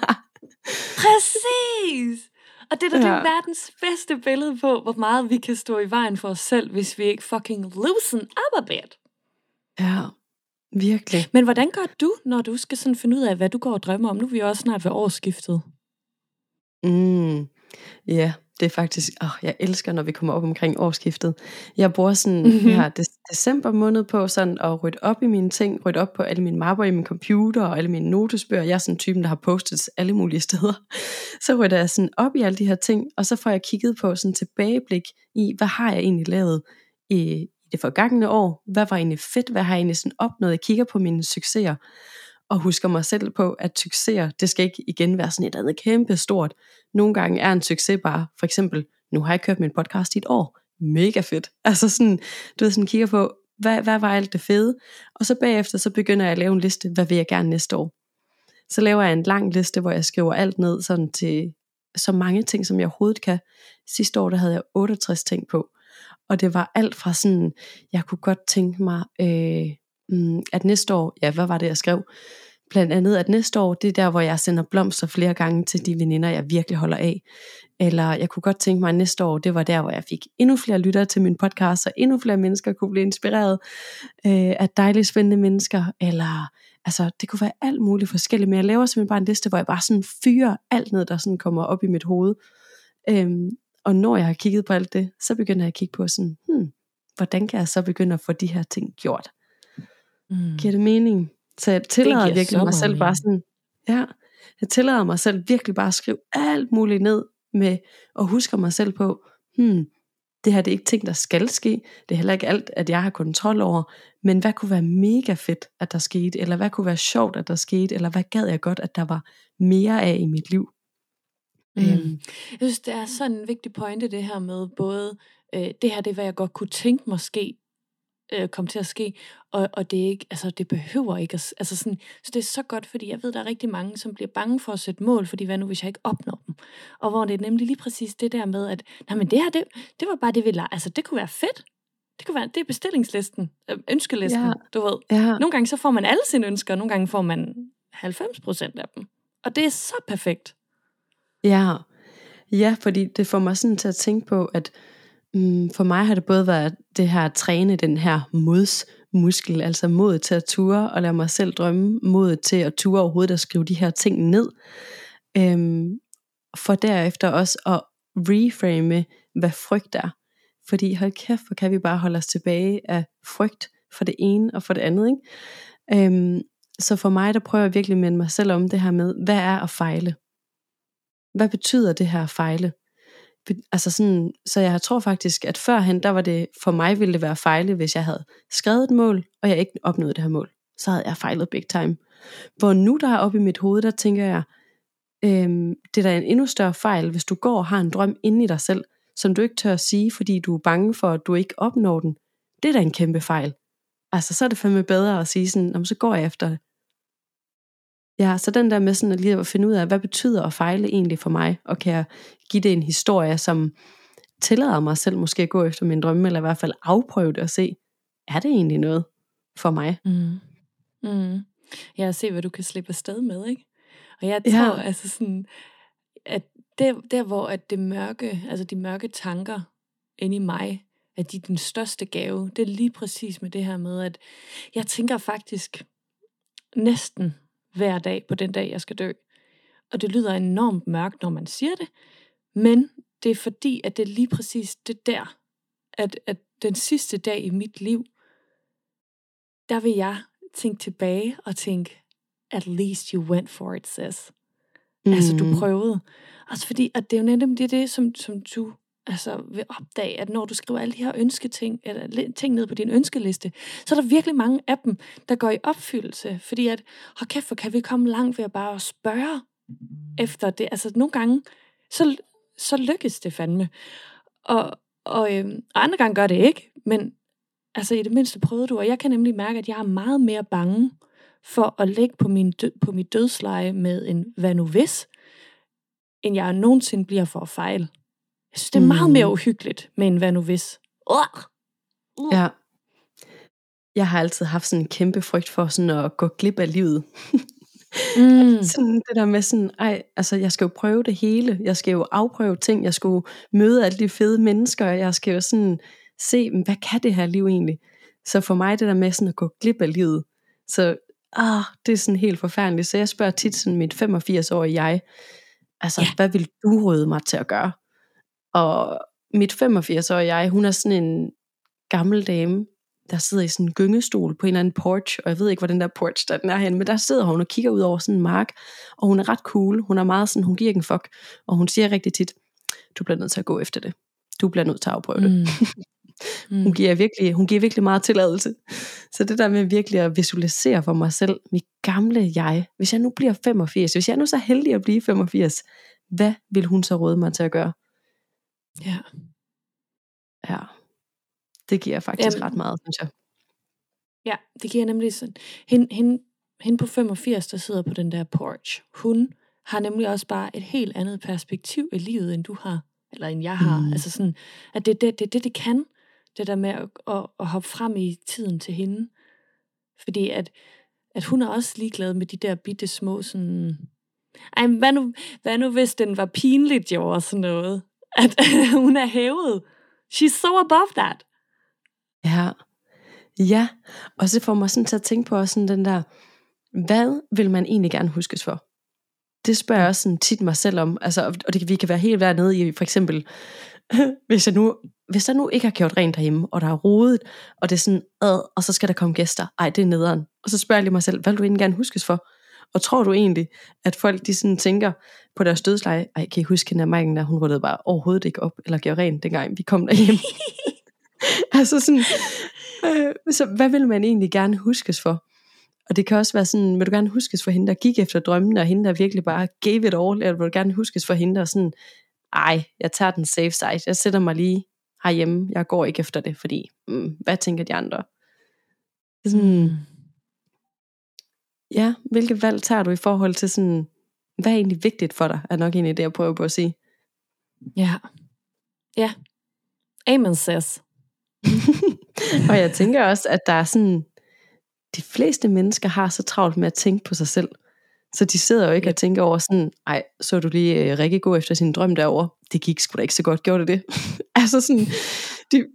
Præcis! Og det er da ja. det verdens bedste billede på, hvor meget vi kan stå i vejen for os selv, hvis vi ikke fucking loosen up a bit.
Ja, virkelig.
Men hvordan gør du, når du skal sådan finde ud af, hvad du går og drømmer om? Nu er vi jo også snart ved årsskiftet.
Mm, ja, det er faktisk, åh, jeg elsker, når vi kommer op omkring årsskiftet. Jeg bruger sådan mm-hmm. her december måned på sådan at rydde op i mine ting, rydde op på alle mine mapper i min computer og alle mine notesbøger. Jeg er sådan typen, der har postet alle mulige steder. Så rydder jeg sådan op i alle de her ting, og så får jeg kigget på sådan tilbageblik i, hvad har jeg egentlig lavet i det forgangne år? Hvad var egentlig fedt? Hvad har jeg egentlig sådan opnået? Jeg kigger på mine succeser, og husker mig selv på, at succeser, det skal ikke igen være sådan et andet kæmpe stort. Nogle gange er en succes bare, for eksempel, nu har jeg kørt min podcast i et år. Mega fedt. Altså sådan, du ved, sådan kigger på, hvad, hvad var alt det fede? Og så bagefter, så begynder jeg at lave en liste, hvad vil jeg gerne næste år? Så laver jeg en lang liste, hvor jeg skriver alt ned, sådan til så mange ting, som jeg overhovedet kan. Sidste år, der havde jeg otteogtres ting på. Og det var alt fra sådan, jeg kunne godt tænke mig, øh, at næste år, ja, hvad var det, jeg skrev? Blandt andet, at næste år, det er der, hvor jeg sender blomster flere gange til de veninder, jeg virkelig holder af. Eller jeg kunne godt tænke mig, at næste år, det var der, hvor jeg fik endnu flere lyttere til min podcast, så endnu flere mennesker kunne blive inspireret øh, af dejlige, spændende mennesker. Eller, altså, det kunne være alt muligt forskelligt, men jeg laver simpelthen bare en liste, hvor jeg bare sådan fyrer alt ned, der sådan kommer op i mit hoved. Øhm, og når jeg har kigget på alt det, så begynder jeg at kigge på sådan, hmm, hvordan kan jeg så begynde at få de her ting gjort? Mm. Giver det mening? Så jeg tillader virkelig mig selv mening. bare sådan, ja, jeg tillader mig selv virkelig bare at skrive alt muligt ned med, og husker mig selv på, hmm, det her det er ikke ting, der skal ske, det er heller ikke alt, at jeg har kontrol over, men hvad kunne være mega fedt, at der skete, eller hvad kunne være sjovt, at der skete, eller hvad gad jeg godt, at der var mere af i mit liv.
Mm. Øhm. Jeg synes, det er sådan en vigtig pointe, det her med både, øh, det her det er, hvad jeg godt kunne tænke måske, øh, komme til at ske, og, og det er ikke, altså det behøver ikke, at, altså sådan, så det er så godt, fordi jeg ved, der er rigtig mange, som bliver bange for at sætte mål, fordi hvad nu, hvis jeg ikke opnår dem, og hvor det er nemlig lige præcis det der med, at, nej, men det her, det, det var bare det, vi lavede, altså det kunne være fedt, det kunne være, det er bestillingslisten, øh, ønskelisten, ja. Du ved, ja. Nogle gange så får man alle sine ønsker, og nogle gange får man halvfems procent af dem, og det er så perfekt.
Ja, ja, fordi det får mig sådan til at tænke på, at mm, for mig har det både været det her at træne den her modsmuskel, altså modet til at ture og lade mig selv drømme, modet til at ture overhovedet at skrive de her ting ned, øhm, for derefter også at reframe, hvad frygt er. Fordi hold kæft, hvor kan vi bare holde os tilbage af frygt for det ene og for det andet, ikke? Øhm, så for mig, der prøver jeg virkelig at minde mig selv om det her med, hvad er at fejle? Hvad betyder det her at fejle? Altså sådan, så jeg tror faktisk, at førhen, der var det, for mig ville det være fejle, hvis jeg havde skrevet et mål, og jeg ikke opnåede det her mål. Så havde jeg fejlet big time. Hvor nu der er oppe i mit hoved, der tænker jeg, øhm, det er da en endnu større fejl, hvis du går og har en drøm inde i dig selv, som du ikke tør at sige, fordi du er bange for, at du ikke opnår den. Det er da en kæmpe fejl. Altså, så er det fandme bedre at sige sådan, så går jeg efter det. Ja, så den der med sådan at lige at finde ud af, hvad betyder at fejle egentlig for mig, og kan jeg give det en historie, som tillader mig selv måske at gå efter min drømme, eller i hvert fald afprøve det og se, er det egentlig noget for mig?
Mm. Mm. Ja, se hvad du kan slippe afsted med, ikke? Og jeg tror, ja. altså sådan, at der, der hvor at det mørke, altså de mørke tanker inde i mig, at de er den største gave, det er lige præcis med det her med, at jeg tænker faktisk næsten hver dag på den dag, jeg skal dø. Og det lyder enormt mørkt, når man siger det, men det er fordi, at det er lige præcis det der, at, at den sidste dag i mit liv, der vil jeg tænke tilbage og tænke, at least you went for it, sis. Mm. Altså, du prøvede. Altså, fordi, at det er jo netop det, det som, som du altså, vil opdage, at når du skriver alle de her ønsketing, eller ting ned på din ønskeliste, så er der virkelig mange af dem, der går i opfyldelse. Fordi at, hold kæft, for kan vi komme langt ved at bare spørge efter det. Altså, nogle gange, så, så lykkes det fandme. Og, og, øhm, og andre gange gør det ikke, men altså, i det mindste prøvede du. Og jeg kan nemlig mærke, at jeg er meget mere bange for at ligge på, min død, på mit dødsleje med en hvad nu hvis, end jeg nogensinde bliver for at fejle. Jeg synes, det er meget mere uhyggeligt med en hvad nu hvis. Uh.
Uh. Ja. Jeg har altid haft sådan en kæmpe frygt for sådan at gå glip af livet. mm. Sådan det der med sådan, ej, altså jeg skal jo prøve det hele. Jeg skal jo afprøve ting. Jeg skal jo møde alle de fede mennesker. Jeg skal jo sådan se, hvad kan det her liv egentlig? Så for mig det der med sådan at gå glip af livet, så ah, det er sådan helt forfærdeligt. Så jeg spørger tit sådan mit femogfirs-årige jeg, altså ja. Hvad vil du råde mig til at gøre? Og mit femogfirs-årige jeg, hun er sådan en gammel dame, der sidder i sådan en gyngestol på en eller anden porch, og jeg ved ikke, hvor den der porch der den er henne, men der sidder hun og kigger ud over sådan en mark, og hun er ret cool, hun er meget sådan, hun giver ikke en fuck, og hun siger rigtig tit, du bliver nødt til at gå efter det. Du bliver nødt til at afprøve det. Mm. Mm. Hun, giver virkelig, hun giver virkelig meget tilladelse. Så det der med virkelig at visualisere for mig selv, mit gamle jeg, hvis jeg nu bliver femogfirs, hvis jeg er nu så heldig at blive femogfirs, hvad vil hun så råde mig til at gøre?
Ja.
Ja. Det giver faktisk
Jamen,
ret meget, synes jeg.
Ja, det giver nemlig sådan. Hende, hende, hende på femogfirs, der sidder på den der porch, hun har nemlig også bare et helt andet perspektiv i livet, end du har, eller end jeg har. Mm. Altså sådan, at det er det, det, det, det kan, det der med at, at, at hoppe frem i tiden til hende. Fordi at, at hun er også ligeglad med de der bitte små sådan, ej, hvad nu, hvad nu hvis den var pinligt, jo, og sådan noget. At hun er hævet. She's so above that.
Ja, ja, og så får mig sådan til at tænke på også sådan den der, hvad vil man egentlig gerne huskes for? Det spørger jeg også sådan tit mig selv om, altså, og det, vi kan være helt nede i, for eksempel, hvis jeg nu, hvis der nu ikke har gjort rent derhjemme, og der er rodet, og det er sådan, øh, og så skal der komme gæster, ej, det er nederen, og så spørger jeg lige mig selv, hvad vil du egentlig gerne huskes for? Og tror du egentlig, at folk de sådan tænker på deres dødsleje, ej, kan I huske hende af Maiken, der hun rullede bare overhovedet ikke op, eller gjorde rent, dengang vi kom derhjemme? Altså sådan, øh, så hvad vil man egentlig gerne huskes for? Og det kan også være sådan, vil du gerne huskes for hende, der gik efter drømmene, og hende, der virkelig bare gave it all, eller vil du gerne huskes for hende, der sådan, ej, jeg tager den safe side, jeg sætter mig lige herhjemme, jeg går ikke efter det, fordi, mm, hvad tænker de andre? Sådan, mm. Ja, hvilke valg tager du i forhold til sådan, hvad er egentlig vigtigt for dig, er nok egentlig det, jeg prøver på at sige.
Ja, ja, amen sis.
Og jeg tænker også, at der er sådan, de fleste mennesker har så travlt med at tænke på sig selv, så de sidder jo ikke ja. og tænker over sådan, ej, så du lige uh, Rikke gå efter sin drøm derovre, det gik sgu da ikke så godt, gjorde det det? Altså sådan, de...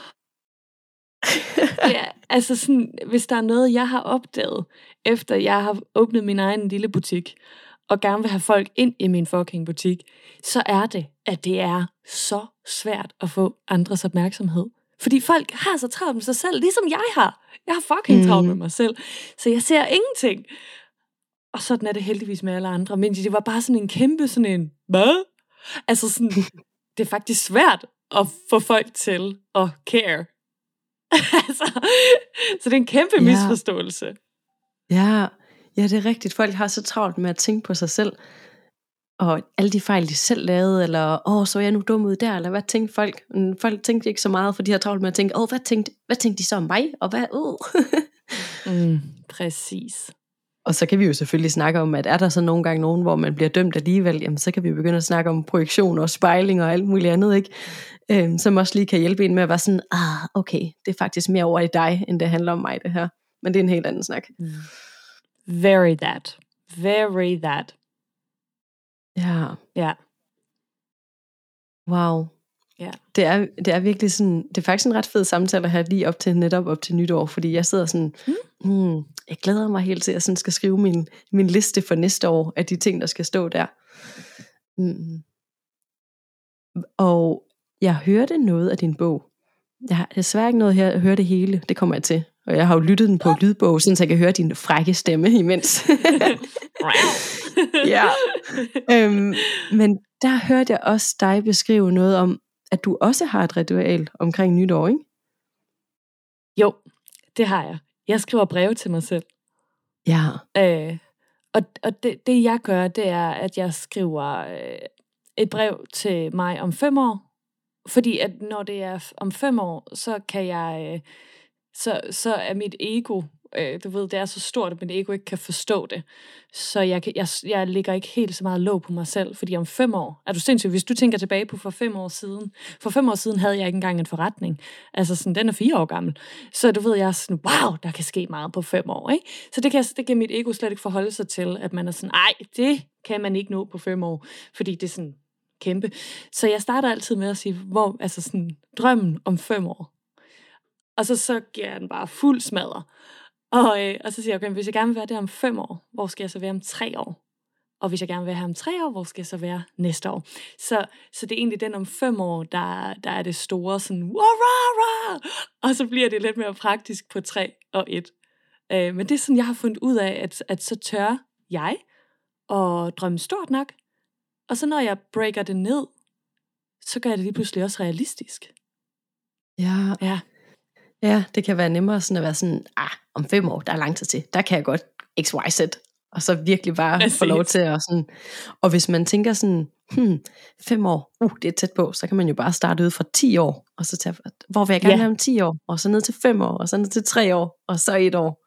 Ja, altså sådan, hvis der er noget, jeg har opdaget, efter jeg har åbnet min egen lille butik, og gerne vil have folk ind i min fucking butik, så er det, at det er så svært at få andres opmærksomhed. Fordi folk har så travlt med sig selv, ligesom jeg har. Jeg har fucking travlt med mig selv. Så jeg ser ingenting. Og sådan er det heldigvis med alle andre. Men det var bare sådan en kæmpe sådan en, hvad? Altså sådan, det er faktisk svært at få folk til at care. altså, så det er en kæmpe ja. misforståelse.
Ja, ja, det er rigtigt. Folk har så travlt med at tænke på sig selv. Og alle de fejl, de selv lavede, eller, åh, så er jeg nu dum ud der, eller hvad tænkte folk? Folk tænkte ikke så meget, for de har travlt med at tænke, åh, hvad tænkte, hvad tænkte de så om mig? Og hvad, uh.
mm, præcis.
Og så kan vi jo selvfølgelig snakke om, at er der så nogle gange nogen, hvor man bliver dømt alligevel, jamen så kan vi jo begynde at snakke om projektion og spejling og alt muligt andet, ikke? Øhm, som også lige kan hjælpe en med at være sådan, ah, okay, det er faktisk mere over i dig, end det handler om mig, det her. Men det er en helt anden snak.
Very that. Very that.
Ja.
Ja.
Wow.
Ja.
Det er, det er virkelig sådan, det er faktisk en ret fed samtale at have lige op til, netop op til nytår, fordi jeg sidder sådan, mm. Hmm, jeg glæder mig helt til, at jeg sådan skal skrive min, min liste for næste år, af de ting, der skal stå der. Mm. Og jeg hørte noget af din bog. Jeg har desværre ikke noget her at høre det hele. Det kommer jeg til. Og jeg har jo lyttet den på lydbog, så jeg kan høre din frække stemme imens. Ja. Øhm, men der hørte jeg også dig beskrive noget om, at du også har et ritual omkring nytår, ikke?
Jo, det har jeg. Jeg skriver breve til mig selv.
Ja.
Øh, og og det, det jeg gør, det er, at jeg skriver øh, et brev til mig om fem år. Fordi at når det er om fem år, så kan jeg, øh, så, så er mit ego, øh, du ved, det er så stort, at mit ego ikke kan forstå det. Så jeg, kan, jeg, jeg lægger ikke helt så meget låg på mig selv, fordi om fem år, er du sindssygt, hvis du tænker tilbage på for fem år siden, for fem år siden havde jeg ikke engang en forretning. Altså sådan, den er fire år gammel. Så du ved, jeg er sådan, wow, der kan ske meget på fem år, ikke? Så det kan, det kan mit ego slet ikke forholde sig til, at man er sådan, ej, det kan man ikke nå på fem år, fordi det er sådan kæmpe. Så jeg starter altid med at sige, hvor, altså sådan, drømmen om fem år. Og så, så giver jeg den bare fuld smadre. Og, øh, og så siger jeg, okay, hvis jeg gerne vil være der om fem år, hvor skal jeg så være om tre år? Og hvis jeg gerne vil være her om tre år, hvor skal jeg så være næste år? Så, så det er egentlig den om fem år, der, der er det store sådan, wah-rah-rah! Og så bliver det lidt mere praktisk på tre og et. Øh, men det er sådan, jeg har fundet ud af, at, at så tør jeg at drømme stort nok. Og så når jeg breaker det ned, så gør jeg det lige pludselig også realistisk.
Ja.
Ja.
Ja, det kan være nemmere sådan at være sådan, ah, om fem år, der er lang tid til, der kan jeg godt X Y Z, og så virkelig bare
Præcis.
få lov til at sådan, og hvis man tænker sådan, hmm, fem år, uh, det er tæt på, så kan man jo bare starte ud fra ti år, og så tage, hvor vil jeg gerne
Ja.
være om ti år, og så ned til fem år, og så ned til tre år, og så et år.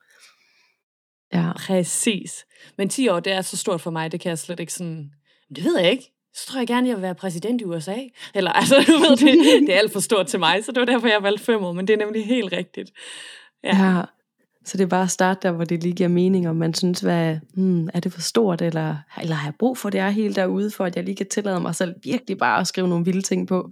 Ja.
Præcis. Men ti år, det er så stort for mig, det kan jeg slet ikke sådan, det ved jeg ikke. Så tror jeg gerne, jeg vil være præsident i U S A. Eller altså, du ved, det, det er alt for stort til mig, så det var derfor, jeg valgte fem år, men det er nemlig helt rigtigt. Ja.
Ja. Så det er bare at starte der, hvor det lige giver mening, om man synes, hvad, hmm, er det for stort, eller, eller har jeg brug for det, er helt derude, for at jeg lige kan tillade mig selv virkelig bare at skrive nogle vilde ting på.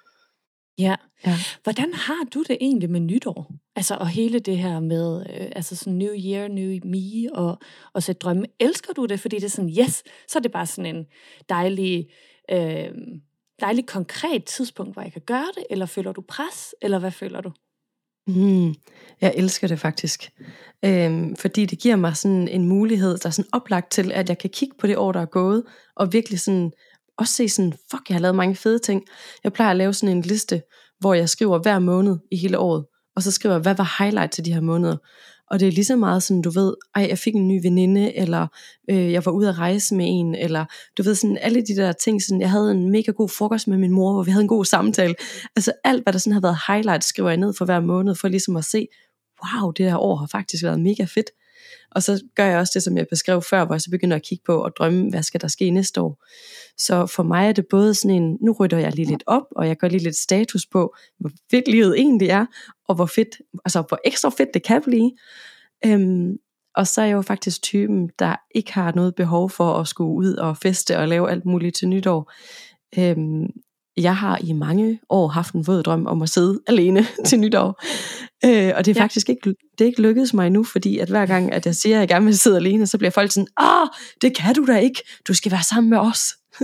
Ja.
Ja.
Hvordan har du det egentlig med nytår? Altså, og hele det her med, øh, altså sådan New Year, New Me, og, og sætte drømme. Elsker du det, fordi det er sådan, yes, så er det bare sådan en dejlig, øh, dejlig konkret tidspunkt, hvor jeg kan gøre det, eller føler du pres, eller hvad føler du?
Mm, jeg elsker det faktisk, øhm, fordi det giver mig sådan en mulighed, der er sådan oplagt til, at jeg kan kigge på det år, der er gået, og virkelig sådan, også se sådan, fuck, jeg har lavet mange fede ting. Jeg plejer at lave sådan en liste, hvor jeg skriver hver måned i hele året, og så skriver jeg, hvad var highlight til de her måneder. Og det er lige så meget sådan, du ved, ej, jeg fik en ny veninde, eller øh, jeg var ude at rejse med en, eller du ved sådan, alle de der ting, sådan, jeg havde en mega god frokost med min mor, hvor vi havde en god samtale. Altså alt, hvad der sådan har været highlight, skriver jeg ned for hver måned, for ligesom at se, wow, det her år har faktisk været mega fedt. Og så gør jeg også det, som jeg beskrev før, hvor jeg så begynder at kigge på og drømme, hvad skal der ske næste år. Så for mig er det både sådan en, nu rydder jeg lige lidt op, og jeg gør lige lidt status på, hvor fedt livet egentlig er, og hvor fedt, altså hvor ekstra fedt det kan blive. Øhm, og så er jeg jo faktisk typen, der ikke har noget behov for at skulle ud og feste og lave alt muligt til nytår. Øhm, jeg har i mange år haft en våd drøm om at sidde alene til nytår. Øh, og det er
Ja.
faktisk ikke, det er ikke lykkedes mig endnu, fordi at hver gang, at jeg siger, at jeg gerne vil sidde alene, så bliver folk sådan, ah, det kan du da ikke, du skal være sammen med os.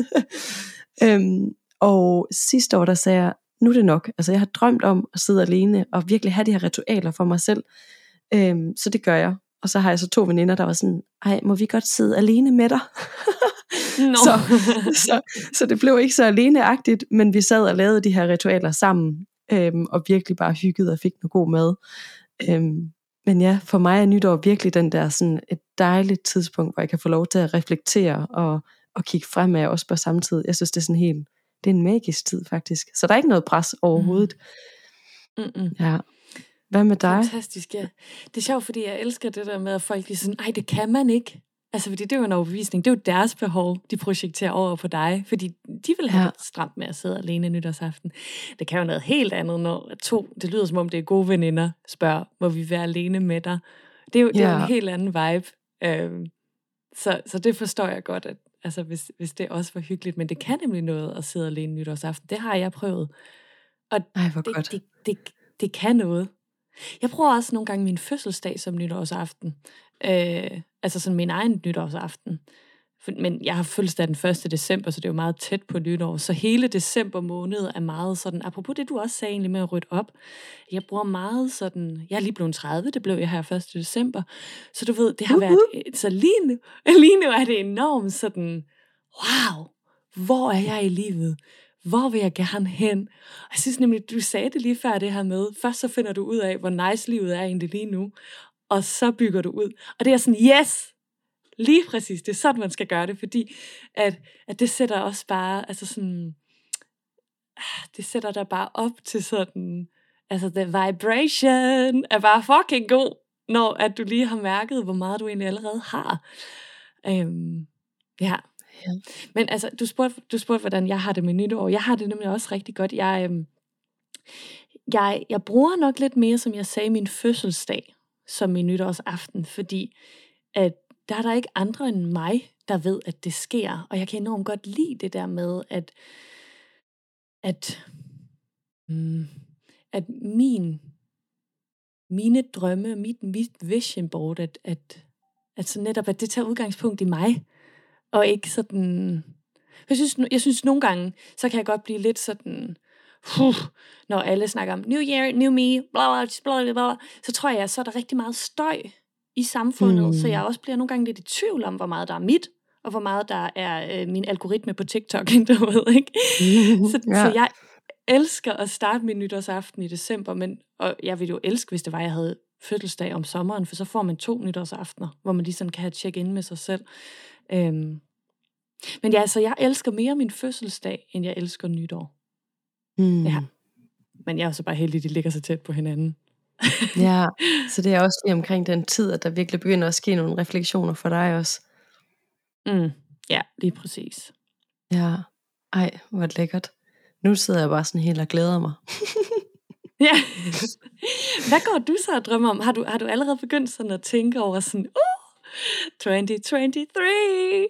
øhm, og sidste år, der sagde jeg, nu er det nok. Altså jeg har drømt om at sidde alene, og virkelig have de her ritualer for mig selv. Øhm, så det gør jeg. Og så har jeg så to veninder, der var sådan, ej, må vi godt sidde alene med dig?
No.
så, så, så det blev ikke så aleneagtigt, men vi sad og lavede de her ritualer sammen, øhm, og virkelig bare hyggede og fik noget god mad. Øhm, men ja, for mig er nytår virkelig den der sådan et dejligt tidspunkt, hvor jeg kan få lov til at reflektere og, og kigge fremad også på samme tid. Jeg synes, det er sådan helt, det er en magisk tid faktisk. Så der er ikke noget pres overhovedet.
Mm-mm.
Ja. Hvad med dig?
Fantastisk, ja. Det er sjovt, fordi jeg elsker det der med, at folk lige sådan, ej, det kan man ikke. Altså, fordi det er jo en overbevisning. Det er jo deres behov, de projekterer over på dig. Fordi de vil have
Ja.
det stramt med at sidde alene nytårsaften. Det kan jo noget helt andet, når to, det lyder som om det er gode veninder, spørger, må vi være alene med dig? Det er jo, det er jo
Ja.
en helt anden vibe. Øhm, så, så det forstår jeg godt, at, altså, hvis, hvis det også var hyggeligt. Men det kan nemlig noget at sidde alene nytårsaften. Det har jeg prøvet. Og
Ej, hvor
det,
godt.
det, det, det kan noget. Jeg bruger også nogle gange min fødselsdag som nytårsaften. Øh, altså sådan min egen nytårsaften. men jeg har fødselsdag den første december, så det er jo meget tæt på nytår, så hele december måned er meget sådan, apropos det du også sagde egentlig med at rydde op, jeg bruger meget sådan, jeg er lige blevet tredive, det blev jeg her første december, så du ved, det har været, så lige nu, lige nu er det enormt sådan, wow, hvor er jeg i livet? Hvor vil jeg gerne hen? Og jeg synes nemlig, du sagde det lige før det her med, først så finder du ud af, hvor nice livet er egentlig lige nu, og så bygger du ud. Og det er sådan, yes! Lige præcis, det er sådan, man skal gøre det, fordi at, at det sætter også bare, altså sådan, det sætter dig bare op til sådan, altså the vibration er bare fucking god, når at du lige har mærket, hvor meget du egentlig allerede har. Øhm, ja. Ja. Men altså, du spurgte, du spurgte, hvordan jeg har det med nytår. Jeg har det nemlig også rigtig godt. Jeg, øhm, jeg, jeg bruger nok lidt mere, som jeg sagde, min fødselsdag som min nytårsaften, fordi at der er der ikke andre end mig, der ved, at det sker. Og jeg kan enormt godt lide det der med, at, at, mm, at min, mine drømme, mit, mit vision board, at, at, at så netop, at det tager udgangspunkt i mig. Og ikke sådan... Jeg synes, jeg synes nogle gange, så kan jeg godt blive lidt sådan... Uh, når alle snakker om New Year, New Me, bla bla bla bla, så tror jeg, så er der rigtig meget støj i samfundet, mm. så jeg også bliver nogle gange lidt i tvivl om, hvor meget der er mit, og hvor meget der er øh, min algoritme på TikTok, du ved, ikke? Så, ja. så jeg elsker at starte min nytårsaften i december, men, og jeg ville jo elske, hvis det var, jeg havde fødselsdag om sommeren, for så får man to nytårsaftener, hvor man lige sådan kan have check-in med sig selv. Øhm. Men ja, så jeg elsker mere min fødselsdag, end jeg elsker nytår. Mm. Ja. Men jeg er så bare heldig, de ligger så tæt på hinanden.
Ja, så det er også lige omkring den tid, at der virkelig begynder at ske nogle refleksioner for dig også.
Mm. Ja, lige præcis.
Ja, ej, hvor lækkert. Nu sidder jeg bare sådan helt og glæder mig.
Ja. Hvad går du så og drømmer om? Har du, har du allerede begyndt sådan at tænke over sådan, uh, tyve tyve-tre?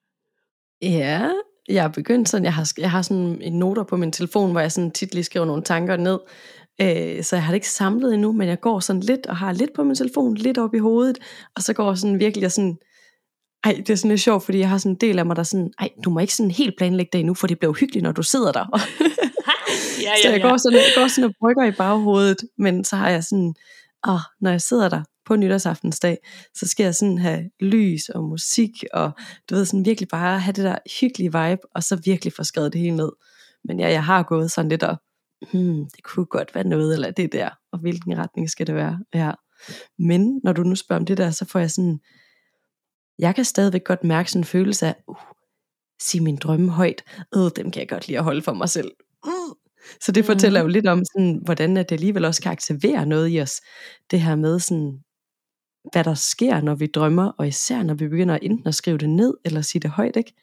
Ja, jeg er begyndt sådan, jeg har, jeg har sådan en noter på min telefon, hvor jeg sådan tit lige skriver nogle tanker ned, øh, så jeg har det ikke samlet endnu, men jeg går sådan lidt, og har lidt på min telefon, lidt op i hovedet, og så går sådan virkelig, og sådan, ej, det er sådan lidt sjovt, fordi jeg har sådan en del af mig, der sådan, ej, du må ikke sådan helt planlægge det endnu, for det bliver hyggeligt, når du sidder der. ja, ja, så jeg går sådan, jeg går sådan og brygger i baghovedet, men så har jeg sådan, åh, når jeg sidder der på nytårsaftensdag, så skal jeg sådan have lys og musik, og du ved, sådan virkelig bare have det der hyggelige vibe, og så virkelig få skrevet det hele ned. Men ja, jeg har gået sådan lidt og, hmm, det kunne godt være noget, eller det der, og hvilken retning skal det være? Ja. Men når du nu spørger om det der, så får jeg sådan, jeg kan stadigvæk godt mærke sådan en følelse af, uh, sig min drømme højt, øh, dem kan jeg godt lide at holde for mig selv. Uh. Så det fortæller jo lidt om, sådan, hvordan det alligevel også kan aktivere noget i os. Det her med, sådan, hvad der sker, når vi drømmer, og især når vi begynder enten at skrive det ned, eller sige det højt, ikke?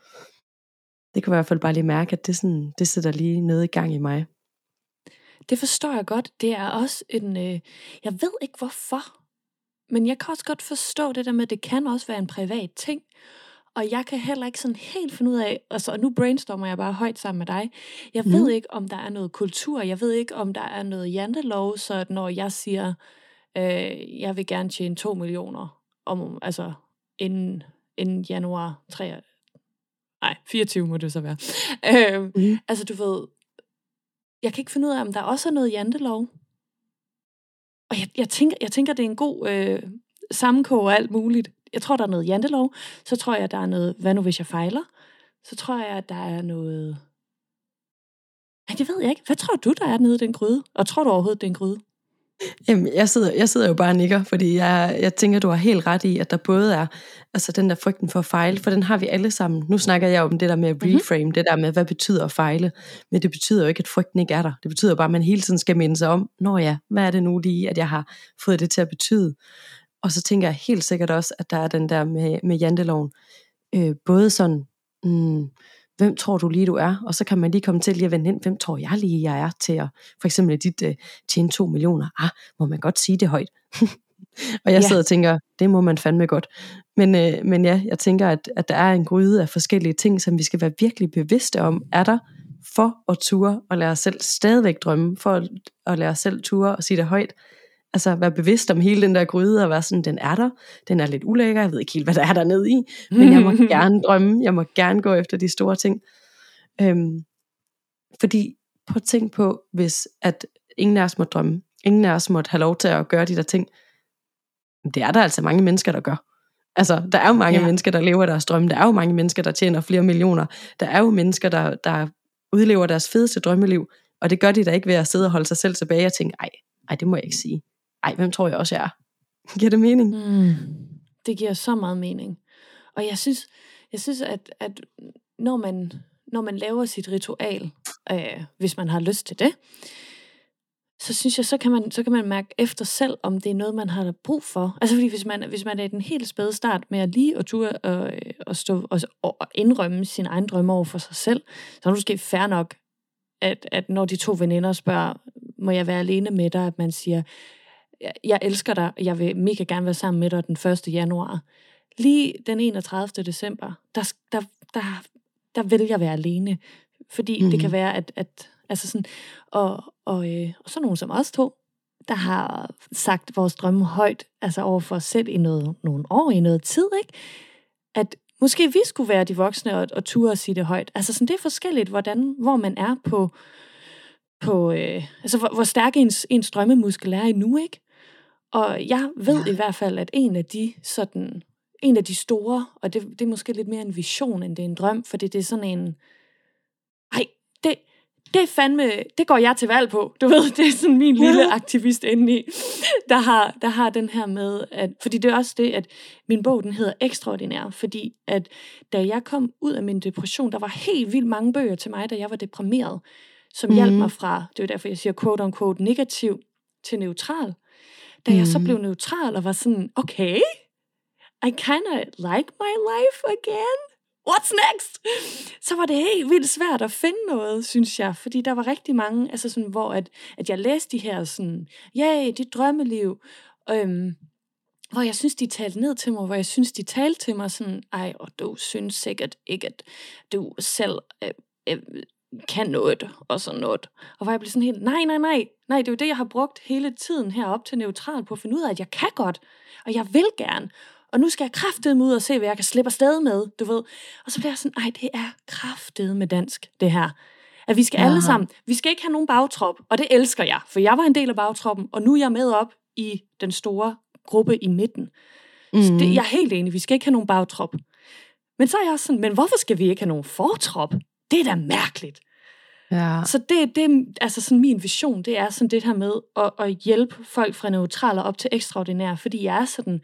Det kan jeg i hvert fald bare lige mærke, at det, sådan, det sætter lige noget i gang i mig.
Det forstår jeg godt. Det er også en, øh, jeg ved ikke hvorfor, men jeg kan også godt forstå det der med, at det kan også være en privat ting. Og jeg kan heller ikke sådan helt finde ud af, altså, og nu brainstormer jeg bare højt sammen med dig, jeg ved mm. ikke, om der er noget kultur, jeg ved ikke, om der er noget jantelov, så når jeg siger, øh, jeg vil gerne tjene to millioner, om, altså inden, inden januar tre, nej, fireogtyve må det så være. Øh, mm. Altså du ved, jeg kan ikke finde ud af, om der også er noget jantelov. Og jeg, jeg, tænker, jeg tænker, det er en god øh, sammenkog og alt muligt. Jeg tror, der er noget jantelov. Så tror jeg, der er noget, hvad nu hvis jeg fejler? Så tror jeg, der er noget... Nej, det ved jeg ikke. Hvad tror du, der er nede i den gryde? Og tror du overhovedet, det er en gryde?
Jamen, jeg sidder, jeg sidder jo bare og nikker, fordi jeg, jeg tænker, du har helt ret i, at der både er altså den der frygten for at fejle, for den har vi alle sammen. Nu snakker jeg om det der med at reframe, mm-hmm. det der med, hvad betyder at fejle. Men det betyder jo ikke, at frygten ikke er der. Det betyder bare, at man hele tiden skal minde sig om, nå ja, hvad er det nu lige, at jeg har fået det til at betyde? Og så tænker jeg helt sikkert også, at der er den der med, med janteloven. Øh, både sådan, mm, hvem tror du lige du er? Og så kan man lige komme til lige at vende ind, hvem tror jeg lige jeg er til at, for eksempel dit uh, tjene to millioner. Ah, må man godt sige det højt? Og jeg ja. sidder og tænker, det må man fandme godt. Men, øh, men ja, jeg tænker, at, at der er en gryde af forskellige ting, som vi skal være virkelig bevidste om, er der for at ture og lade os selv stadigvæk drømme, for at, at lade os selv ture og sige det højt. Altså være bevidst om hele den der gryde, og være sådan, den er der, den er lidt ulækker, jeg ved ikke helt, hvad der er dernede i, men jeg må gerne drømme, jeg må gerne gå efter de store ting. Øhm, fordi, prøv at tænke på, hvis at ingen af os må drømme, ingen af os måtte have lov til at gøre de der ting, det er der altså mange mennesker, der gør. Altså, der er jo mange ja. mennesker, der lever deres drømme, der er jo mange mennesker, der tjener flere millioner, der er jo mennesker, der, der udlever deres fedeste drømmeliv, og det gør de da ikke ved at sidde og holde sig selv tilbage og tænke, ej, ej, det må jeg ikke sige. Ej, hvem tror jeg også jeg er? Giver det mening?
Mm, det giver så meget mening. Og jeg synes, jeg synes at, at når, man, når man laver sit ritual, øh, hvis man har lyst til det, så synes jeg, så kan man, så kan man mærke efter selv, om det er noget, man har brug for. Altså fordi hvis man, hvis man er i den helt spæde start med at lige og ture og, og, stå, og, og indrømme sin egen drømme over for sig selv, så er det måske fair nok, at, at når de to veninder spørger, må jeg være alene med dig, at man siger, jeg elsker dig, og jeg vil mega gerne være sammen med dig den første januar. Lige den enogtredivte december, der, der, der, der vil jeg være alene. Fordi mm. det kan være, at, at altså sådan, og, og, øh, og så nogen som os to, der har sagt vores drømme højt, altså over for os selv i noget, nogle år, i noget tid, ikke? At måske vi skulle være de voksne og, og ture og sige det højt. Altså sådan, det er forskelligt, hvordan, hvor man er på, på øh, altså hvor, hvor stærk ens, ens drømmemuskel er endnu, ikke? Og jeg ved ja. i hvert fald, at en af de sådan, en af de store, og det, det er måske lidt mere en vision, end det er en drøm, fordi det er sådan en, ej, det, det er fandme, det går jeg til valg på, du ved, det er sådan min lille aktivist indeni, der har, der har den her med, at, fordi det er også det, at min bog, den hedder Ekstraordinær, fordi at da jeg kom ud af min depression, der var helt vildt mange bøger til mig, da jeg var deprimeret, som mm. hjalp mig fra, det er derfor, jeg siger quote on quote, negativ til neutral. Da mm. jeg så blev neutral og var sådan, okay, I kinda like my life again. What's next? Så var det helt vildt svært at finde noget, synes jeg. Fordi der var rigtig mange, altså sådan, hvor at, at jeg læste de her sådan, ja, dit drømmeliv, øhm, hvor jeg synes, de talte ned til mig, hvor jeg synes, de talte til mig sådan, ej, og du synes sikkert ikke, at du selv øh, øh, kan noget, og sådan noget. Og hvor jeg blev sådan helt, nej, nej, nej, nej, det er jo det, jeg har brugt hele tiden herop til neutral på at finde ud af, at jeg kan godt, og jeg vil gerne. Og nu skal jeg kraftedeme ud og se, hvad jeg kan slippe afsted med, du ved. Og så bliver jeg sådan, ej, det er kraftedeme dansk, det her. At vi skal Aha. alle sammen, vi skal ikke have nogen bagtrop, og det elsker jeg, for jeg var en del af bagtroppen, og nu er jeg med op i den store gruppe i midten. Mm. Så det, jeg er helt enig, vi skal ikke have nogen bagtrop. Men så er jeg også sådan, men hvorfor skal vi ikke have nogen fortrop? Det er da mærkeligt.
Ja.
Så det, det altså sådan min vision, det er sådan det her med at, at hjælpe folk fra neutrale op til ekstraordinær, fordi jeg er sådan,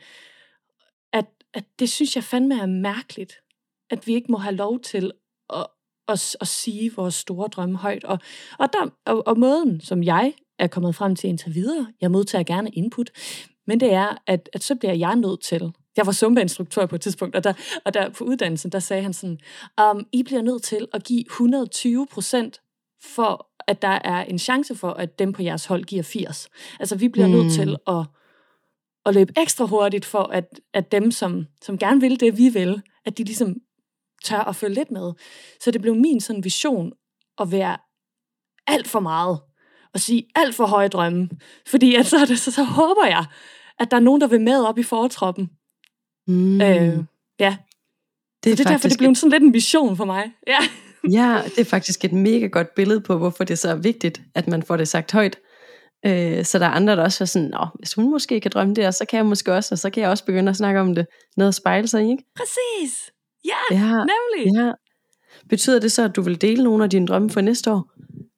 at, at det synes jeg fandme er mærkeligt, at vi ikke må have lov til at, at, at sige vores store drømme højt. Og, og, der, og, og måden, som jeg er kommet frem til indtil videre, jeg modtager gerne input, men det er, at, at så bliver jeg nødt til. Jeg var Zumba-instruktør på et tidspunkt, og der, og der på uddannelsen, der sagde han sådan, um, I bliver nødt til at give et hundrede og tyve procent for, at der er en chance for, at dem på jeres hold giver firs. Altså, vi bliver mm. nødt til at, at løbe ekstra hurtigt for, at, at dem, som, som gerne vil det, vi vil, at de ligesom tør at følge lidt med. Så det blev min sådan vision at være alt for meget, og sige alt for høje drømme. Fordi at så, så, så håber jeg, at der er nogen, der vil med op i fortroppen. Mm. Øh, ja. Det er, så det er derfor, det blev sådan lidt en vision for mig. Ja.
Ja, det er faktisk et mega godt billede på, hvorfor det så er vigtigt, at man får det sagt højt. Øh, så der er andre, der også er sådan, nå, hvis hun måske kan drømme det, og så kan jeg måske også, og så kan jeg også begynde at snakke om det. Noget at spejle sig i, ikke?
Præcis! Ja,
ja,
nemlig!
Ja. Betyder det så, at du vil dele nogle af dine drømme for næste år?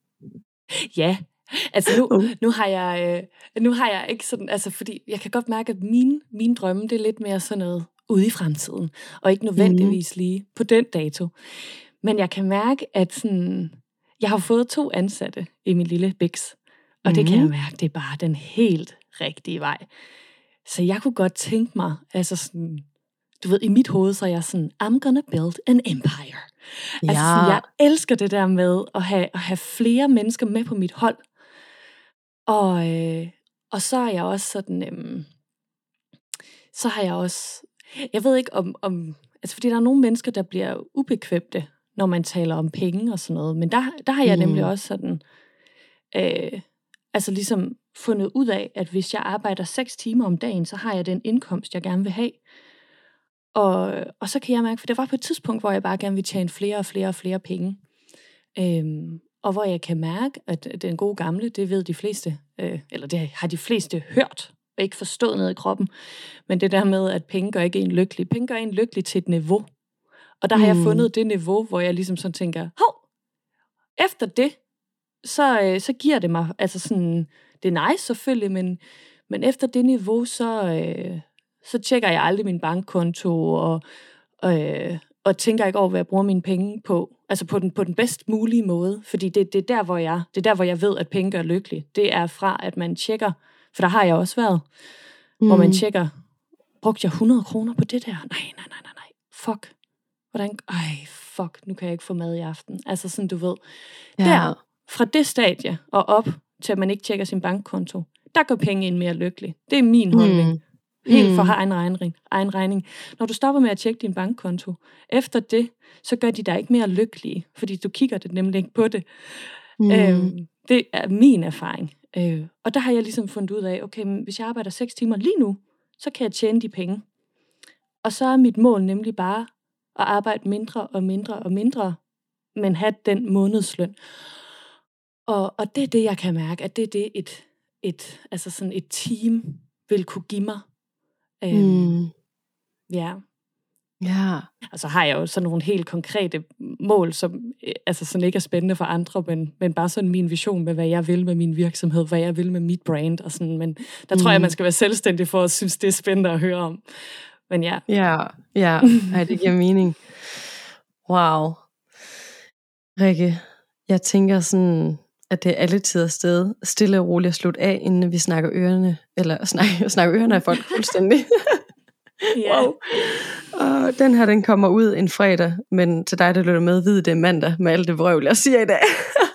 Ja, altså nu, uh. nu, har jeg, øh, nu har jeg ikke sådan, altså fordi jeg kan godt mærke, at mine, mine drømme, det er lidt mere sådan noget ude i fremtiden, og ikke nødvendigvis lige på den dato. Men jeg kan mærke, at sådan, jeg har fået to ansatte i min lille biks, og mm. det kan jeg mærke, det er bare den helt rigtige vej. Så jeg kunne godt tænke mig, altså sådan, du ved, i mit hoved, så er jeg sådan, I'm gonna build an empire. Ja. Altså sådan, jeg elsker det der med at have, at have flere mennesker med på mit hold. Og, øh, og så er jeg også sådan, øhm, så har jeg også, jeg ved ikke om, om, altså fordi der er nogle mennesker, der bliver ubekvemte, når man taler om penge og sådan noget. Men der, der har jeg mm. nemlig også sådan, øh, altså ligesom fundet ud af, at hvis jeg arbejder seks timer om dagen, så har jeg den indkomst, jeg gerne vil have. Og, og så kan jeg mærke, for det var på et tidspunkt, hvor jeg bare gerne vil tjene flere og flere og flere penge. Øhm, og hvor jeg kan mærke, at den gode gamle, det ved de fleste, øh, eller det har de fleste hørt, og ikke forstået ned i kroppen. Men det der med, at penge gør ikke en lykkelig. Penge gør en lykkelig til et niveau. Og der har mm. jeg fundet det niveau, hvor jeg ligesom sådan tænker, hov, efter det, så, øh, så giver det mig, altså sådan, det er nice selvfølgelig, men, men efter det niveau, så, øh, så tjekker jeg aldrig min bankkonto, og, øh, og tænker ikke over, hvad jeg bruger mine penge på, altså på den, på den bedst mulige måde, fordi det, det, er der, hvor jeg, det er der, hvor jeg ved, at penge gør lykkelig. Det er fra, at man tjekker, for der har jeg også været, mm. hvor man tjekker, brugte jeg hundrede kroner på det der? Nej, nej, nej, nej, nej, fuck. Hvordan, ej, fuck, nu kan jeg ikke få mad i aften. Altså sådan, du ved. Ja. Der, fra det stadie og op, til at man ikke tjekker sin bankkonto, der går penge ind mere lykkelig. Det er min holdning. Mm. Helt for mm. egen regning, egen regning. Når du stopper med at tjekke din bankkonto, efter det, så gør de dig ikke mere lykkelige, fordi du kigger det nemlig ikke på det. Mm. Øhm, det er min erfaring. Øh, og der har jeg ligesom fundet ud af, okay, men hvis jeg arbejder seks timer lige nu, så kan jeg tjene de penge. Og så er mit mål nemlig bare at arbejde mindre og mindre og mindre, men have den månedsløn. Og, og det er det, jeg kan mærke, at det er det, et, et, altså sådan et team vil kunne give mig. Øhm, mm. Ja.
Ja.
Og så har jeg jo sådan nogle helt konkrete mål, som altså sådan ikke er spændende for andre, men, men bare sådan min vision med, hvad jeg vil med min virksomhed, hvad jeg vil med mit brand. Og sådan. Men der mm. tror jeg, man skal være selvstændig for at synes, det er spændende at høre om. Men ja.
Ja, ja. Ej, det giver mening. Wow. Rikke, jeg tænker sådan, at det er alle tider sted, stille og roligt at slutte af, inden vi snakker ørerne, eller snakker, snakker ørerne af folk fuldstændig.
Ja.
Wow. Og den her, den kommer ud en fredag, men til dig, der lytter med, ved det er mandag, med alt det vrøvl, jeg siger i dag.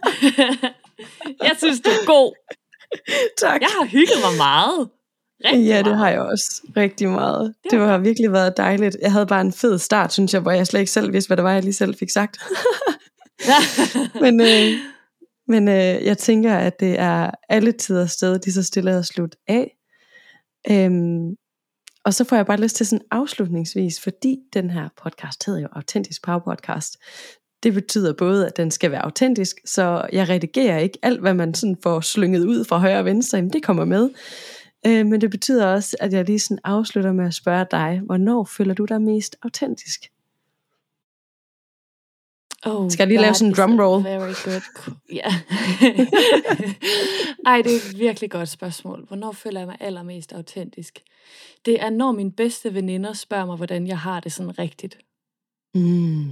Jeg synes, du er god.
Tak.
Jeg har hygget mig meget. Rigtig
ja, det
meget.
har jeg også. Rigtig meget. Det, det har virkelig været dejligt. Jeg havde bare en fed start, synes jeg, hvor jeg slet ikke selv vidste, hvad det var, jeg lige selv fik sagt. men øh, men øh, jeg tænker, at det er alle tider sted, de så stille at slutte af. Øhm, og så får jeg bare lyst til sådan afslutningsvis, fordi den her podcast hedder jo Autentisk Power Podcast. Det betyder både, at den skal være autentisk, så jeg redigerer ikke alt, hvad man sådan får slynget ud fra højre og venstre, jamen det kommer med. Øh, men det betyder også, at jeg lige sådan afslutter med at spørge dig, hvornår føler du dig mest autentisk?
Oh,
skal jeg lige
God,
lave sådan en drum roll?
Very good. Ja. Ej, det er et virkelig godt spørgsmål. Hvornår føler jeg mig allermest autentisk? Det er, når mine bedste veninder spørger mig, hvordan jeg har det sådan rigtigt.
Mm.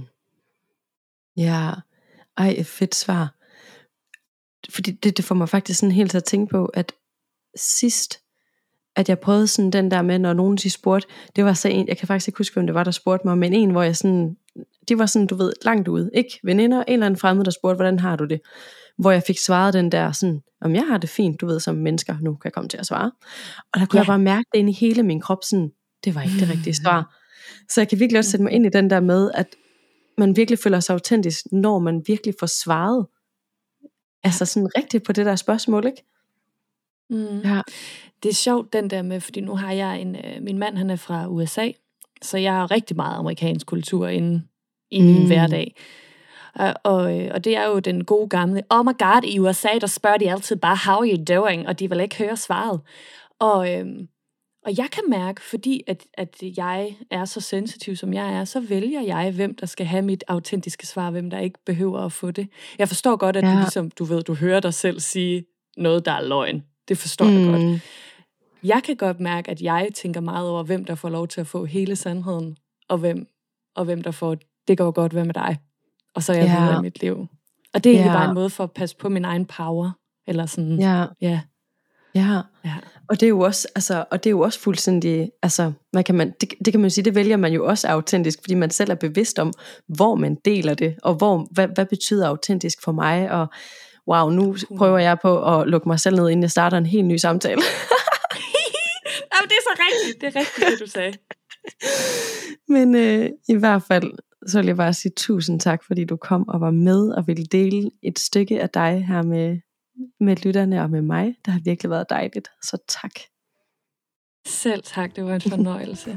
Ja, ej, et fedt svar. Fordi det, det får mig faktisk sådan helt til at tænke på, at sidst, at jeg prøvede sådan den der med, når nogen de spurgte, det var så en, jeg kan faktisk ikke huske, hvem det var, der spurgte mig, men en, hvor jeg sådan, de var sådan, du ved, langt ude, ikke veninder, en eller anden fremmed, der spurgte, hvordan har du det? Hvor jeg fik svaret den der sådan, om jeg har det fint, du ved, som mennesker, nu kan jeg komme til at svare. Og der kunne ja. jeg bare mærke det inde i hele min krop, sådan, det var ikke det rigtige svar. Så jeg kan virkelig også sætte mig ind i den der med, at man virkelig føler sig autentisk, når man virkelig får svaret, altså sådan rigtigt på det der spørgsmål, ikke?
Mm. Ja. Det er sjovt den der med, fordi nu har jeg en, øh, min mand han er fra U S A, så jeg har rigtig meget amerikansk kultur inde i min mm. hverdag. Og, og, og det er jo den gode gamle, oh my god, i U S A, der spørger de altid bare, how are you doing? Og de vil ikke høre svaret. Og, øhm, og jeg kan mærke, fordi at, at jeg er så sensitiv, som jeg er, så vælger jeg, hvem der skal have mit autentiske svar, hvem der ikke behøver at få det. Jeg forstår godt, at ja. du ligesom, du ved, du hører dig selv sige noget, der er løgn. Det forstår mm. jeg godt. Jeg kan godt mærke, at jeg tænker meget over, hvem der får lov til at få hele sandheden, og hvem, og hvem der får, det går godt, hvad med dig? Og så er jeg yeah. videre i mit liv. Og det er egentlig yeah. bare en måde for at passe på min egen power. Eller sådan,
ja.
ja.
Ja.
ja.
Og det er jo også, altså, og det er jo også fuldstændig, altså, hvad kan man, det, det kan man jo sige, det vælger man jo også autentisk, fordi man selv er bevidst om, hvor man deler det, og hvor, hvad, hvad betyder autentisk for mig, og wow, nu prøver jeg på at lukke mig selv ned, inden jeg starter en helt ny samtale.
Jamen, det er så rigtigt, det er rigtigt, det du sagde.
Men øh, i hvert fald, så vil jeg bare sige tusind tak, fordi du kom og var med, og ville dele et stykke af dig her med, med lytterne og med mig. Det har virkelig været dejligt, så tak.
Selv tak, det var en fornøjelse.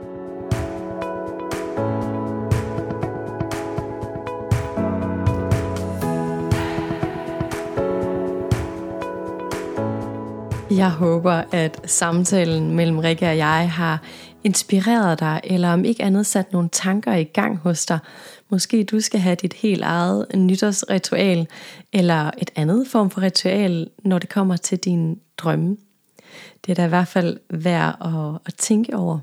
Jeg håber, at samtalen mellem Rikke og jeg har inspireret dig, eller om ikke andet sat nogle tanker i gang hos dig. Måske du skal have dit helt eget nytårsritual, eller et andet form for ritual, når det kommer til dine drømme. Det er da i hvert fald værd at, at tænke over.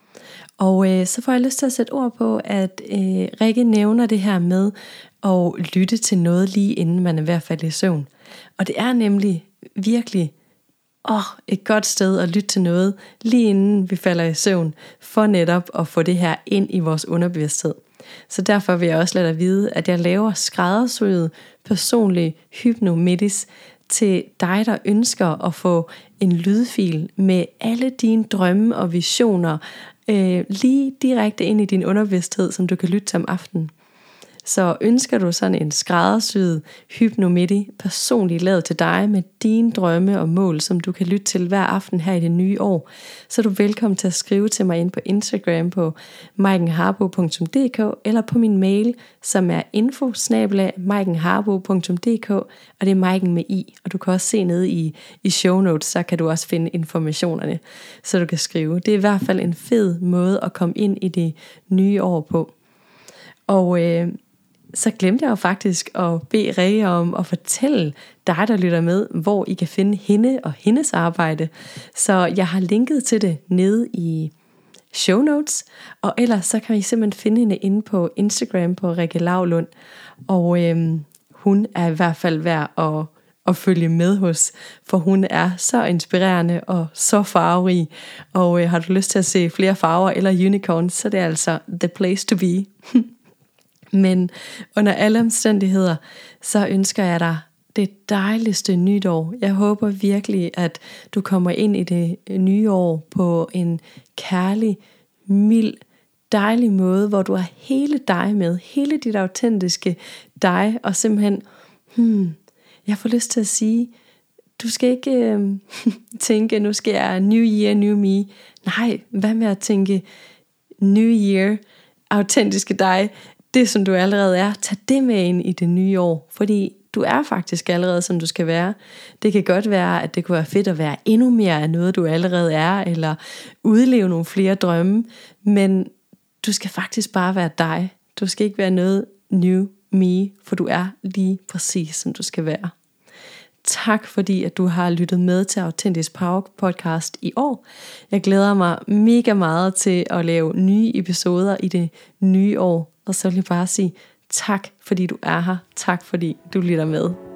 Og øh, så får jeg lyst til at sætte ord på, at øh, Rikke nævner det her med at lytte til noget lige inden man er ved at falde i søvn. Og det er nemlig virkelig åh, et godt sted at lytte til noget, lige inden vi falder i søvn, for netop at få det her ind i vores underbevidsthed. Så derfor vil jeg også lade dig vide, at jeg laver skræddersyet personlig hypnomedis til dig, der ønsker at få en lydfil med alle dine drømme og visioner, øh, lige direkte ind i din underbevidsthed, som du kan lytte til om aftenen. Så ønsker du sådan en skræddersyet hypnomedi, personligt lavet til dig med dine drømme og mål, som du kan lytte til hver aften her i det nye år, så er du velkommen til at skrive til mig ind på Instagram på maiken harbo punktum d k eller på min mail, som er info snabel-a maiken harbo punktum d k, og det er Maiken med i, og du kan også se nede i, i show notes, så kan du også finde informationerne, så du kan skrive. Det er i hvert fald en fed måde at komme ind i det nye år på. Og øh, så glemte jeg jo faktisk at bede Rikke om at fortælle dig, der lytter med, hvor I kan finde hende og hendes arbejde. Så jeg har linket til det nede i show notes, og ellers så kan I simpelthen finde hende inde på Instagram på Rikke Laulund. Og øhm, hun er i hvert fald værd at, at følge med hos, for hun er så inspirerende og så farverig. Og øh, har du lyst til at se flere farver eller unicorns, så det er altså the place to be. Men under alle omstændigheder, så ønsker jeg dig det dejligste nytår. Jeg håber virkelig, at du kommer ind i det nye år på en kærlig, mild, dejlig måde, hvor du har hele dig med, hele dit autentiske dig, og simpelthen, hmm, jeg får lyst til at sige, du skal ikke øh, tænke, nu skal jeg new year, new me. Nej, hvad med at tænke new year, autentiske dig, det som du allerede er, tag det med ind i det nye år, fordi du er faktisk allerede som du skal være. Det kan godt være, at det kunne være fedt at være endnu mere af noget du allerede er, eller udleve nogle flere drømme, men du skal faktisk bare være dig. Du skal ikke være noget new me, for du er lige præcis som du skal være. Tak fordi at du har lyttet med til Autentisk Power Podcast i år. Jeg glæder mig mega meget til at lave nye episoder i det nye år. Og så vil jeg bare sige tak fordi du er her. Tak fordi du lytter med.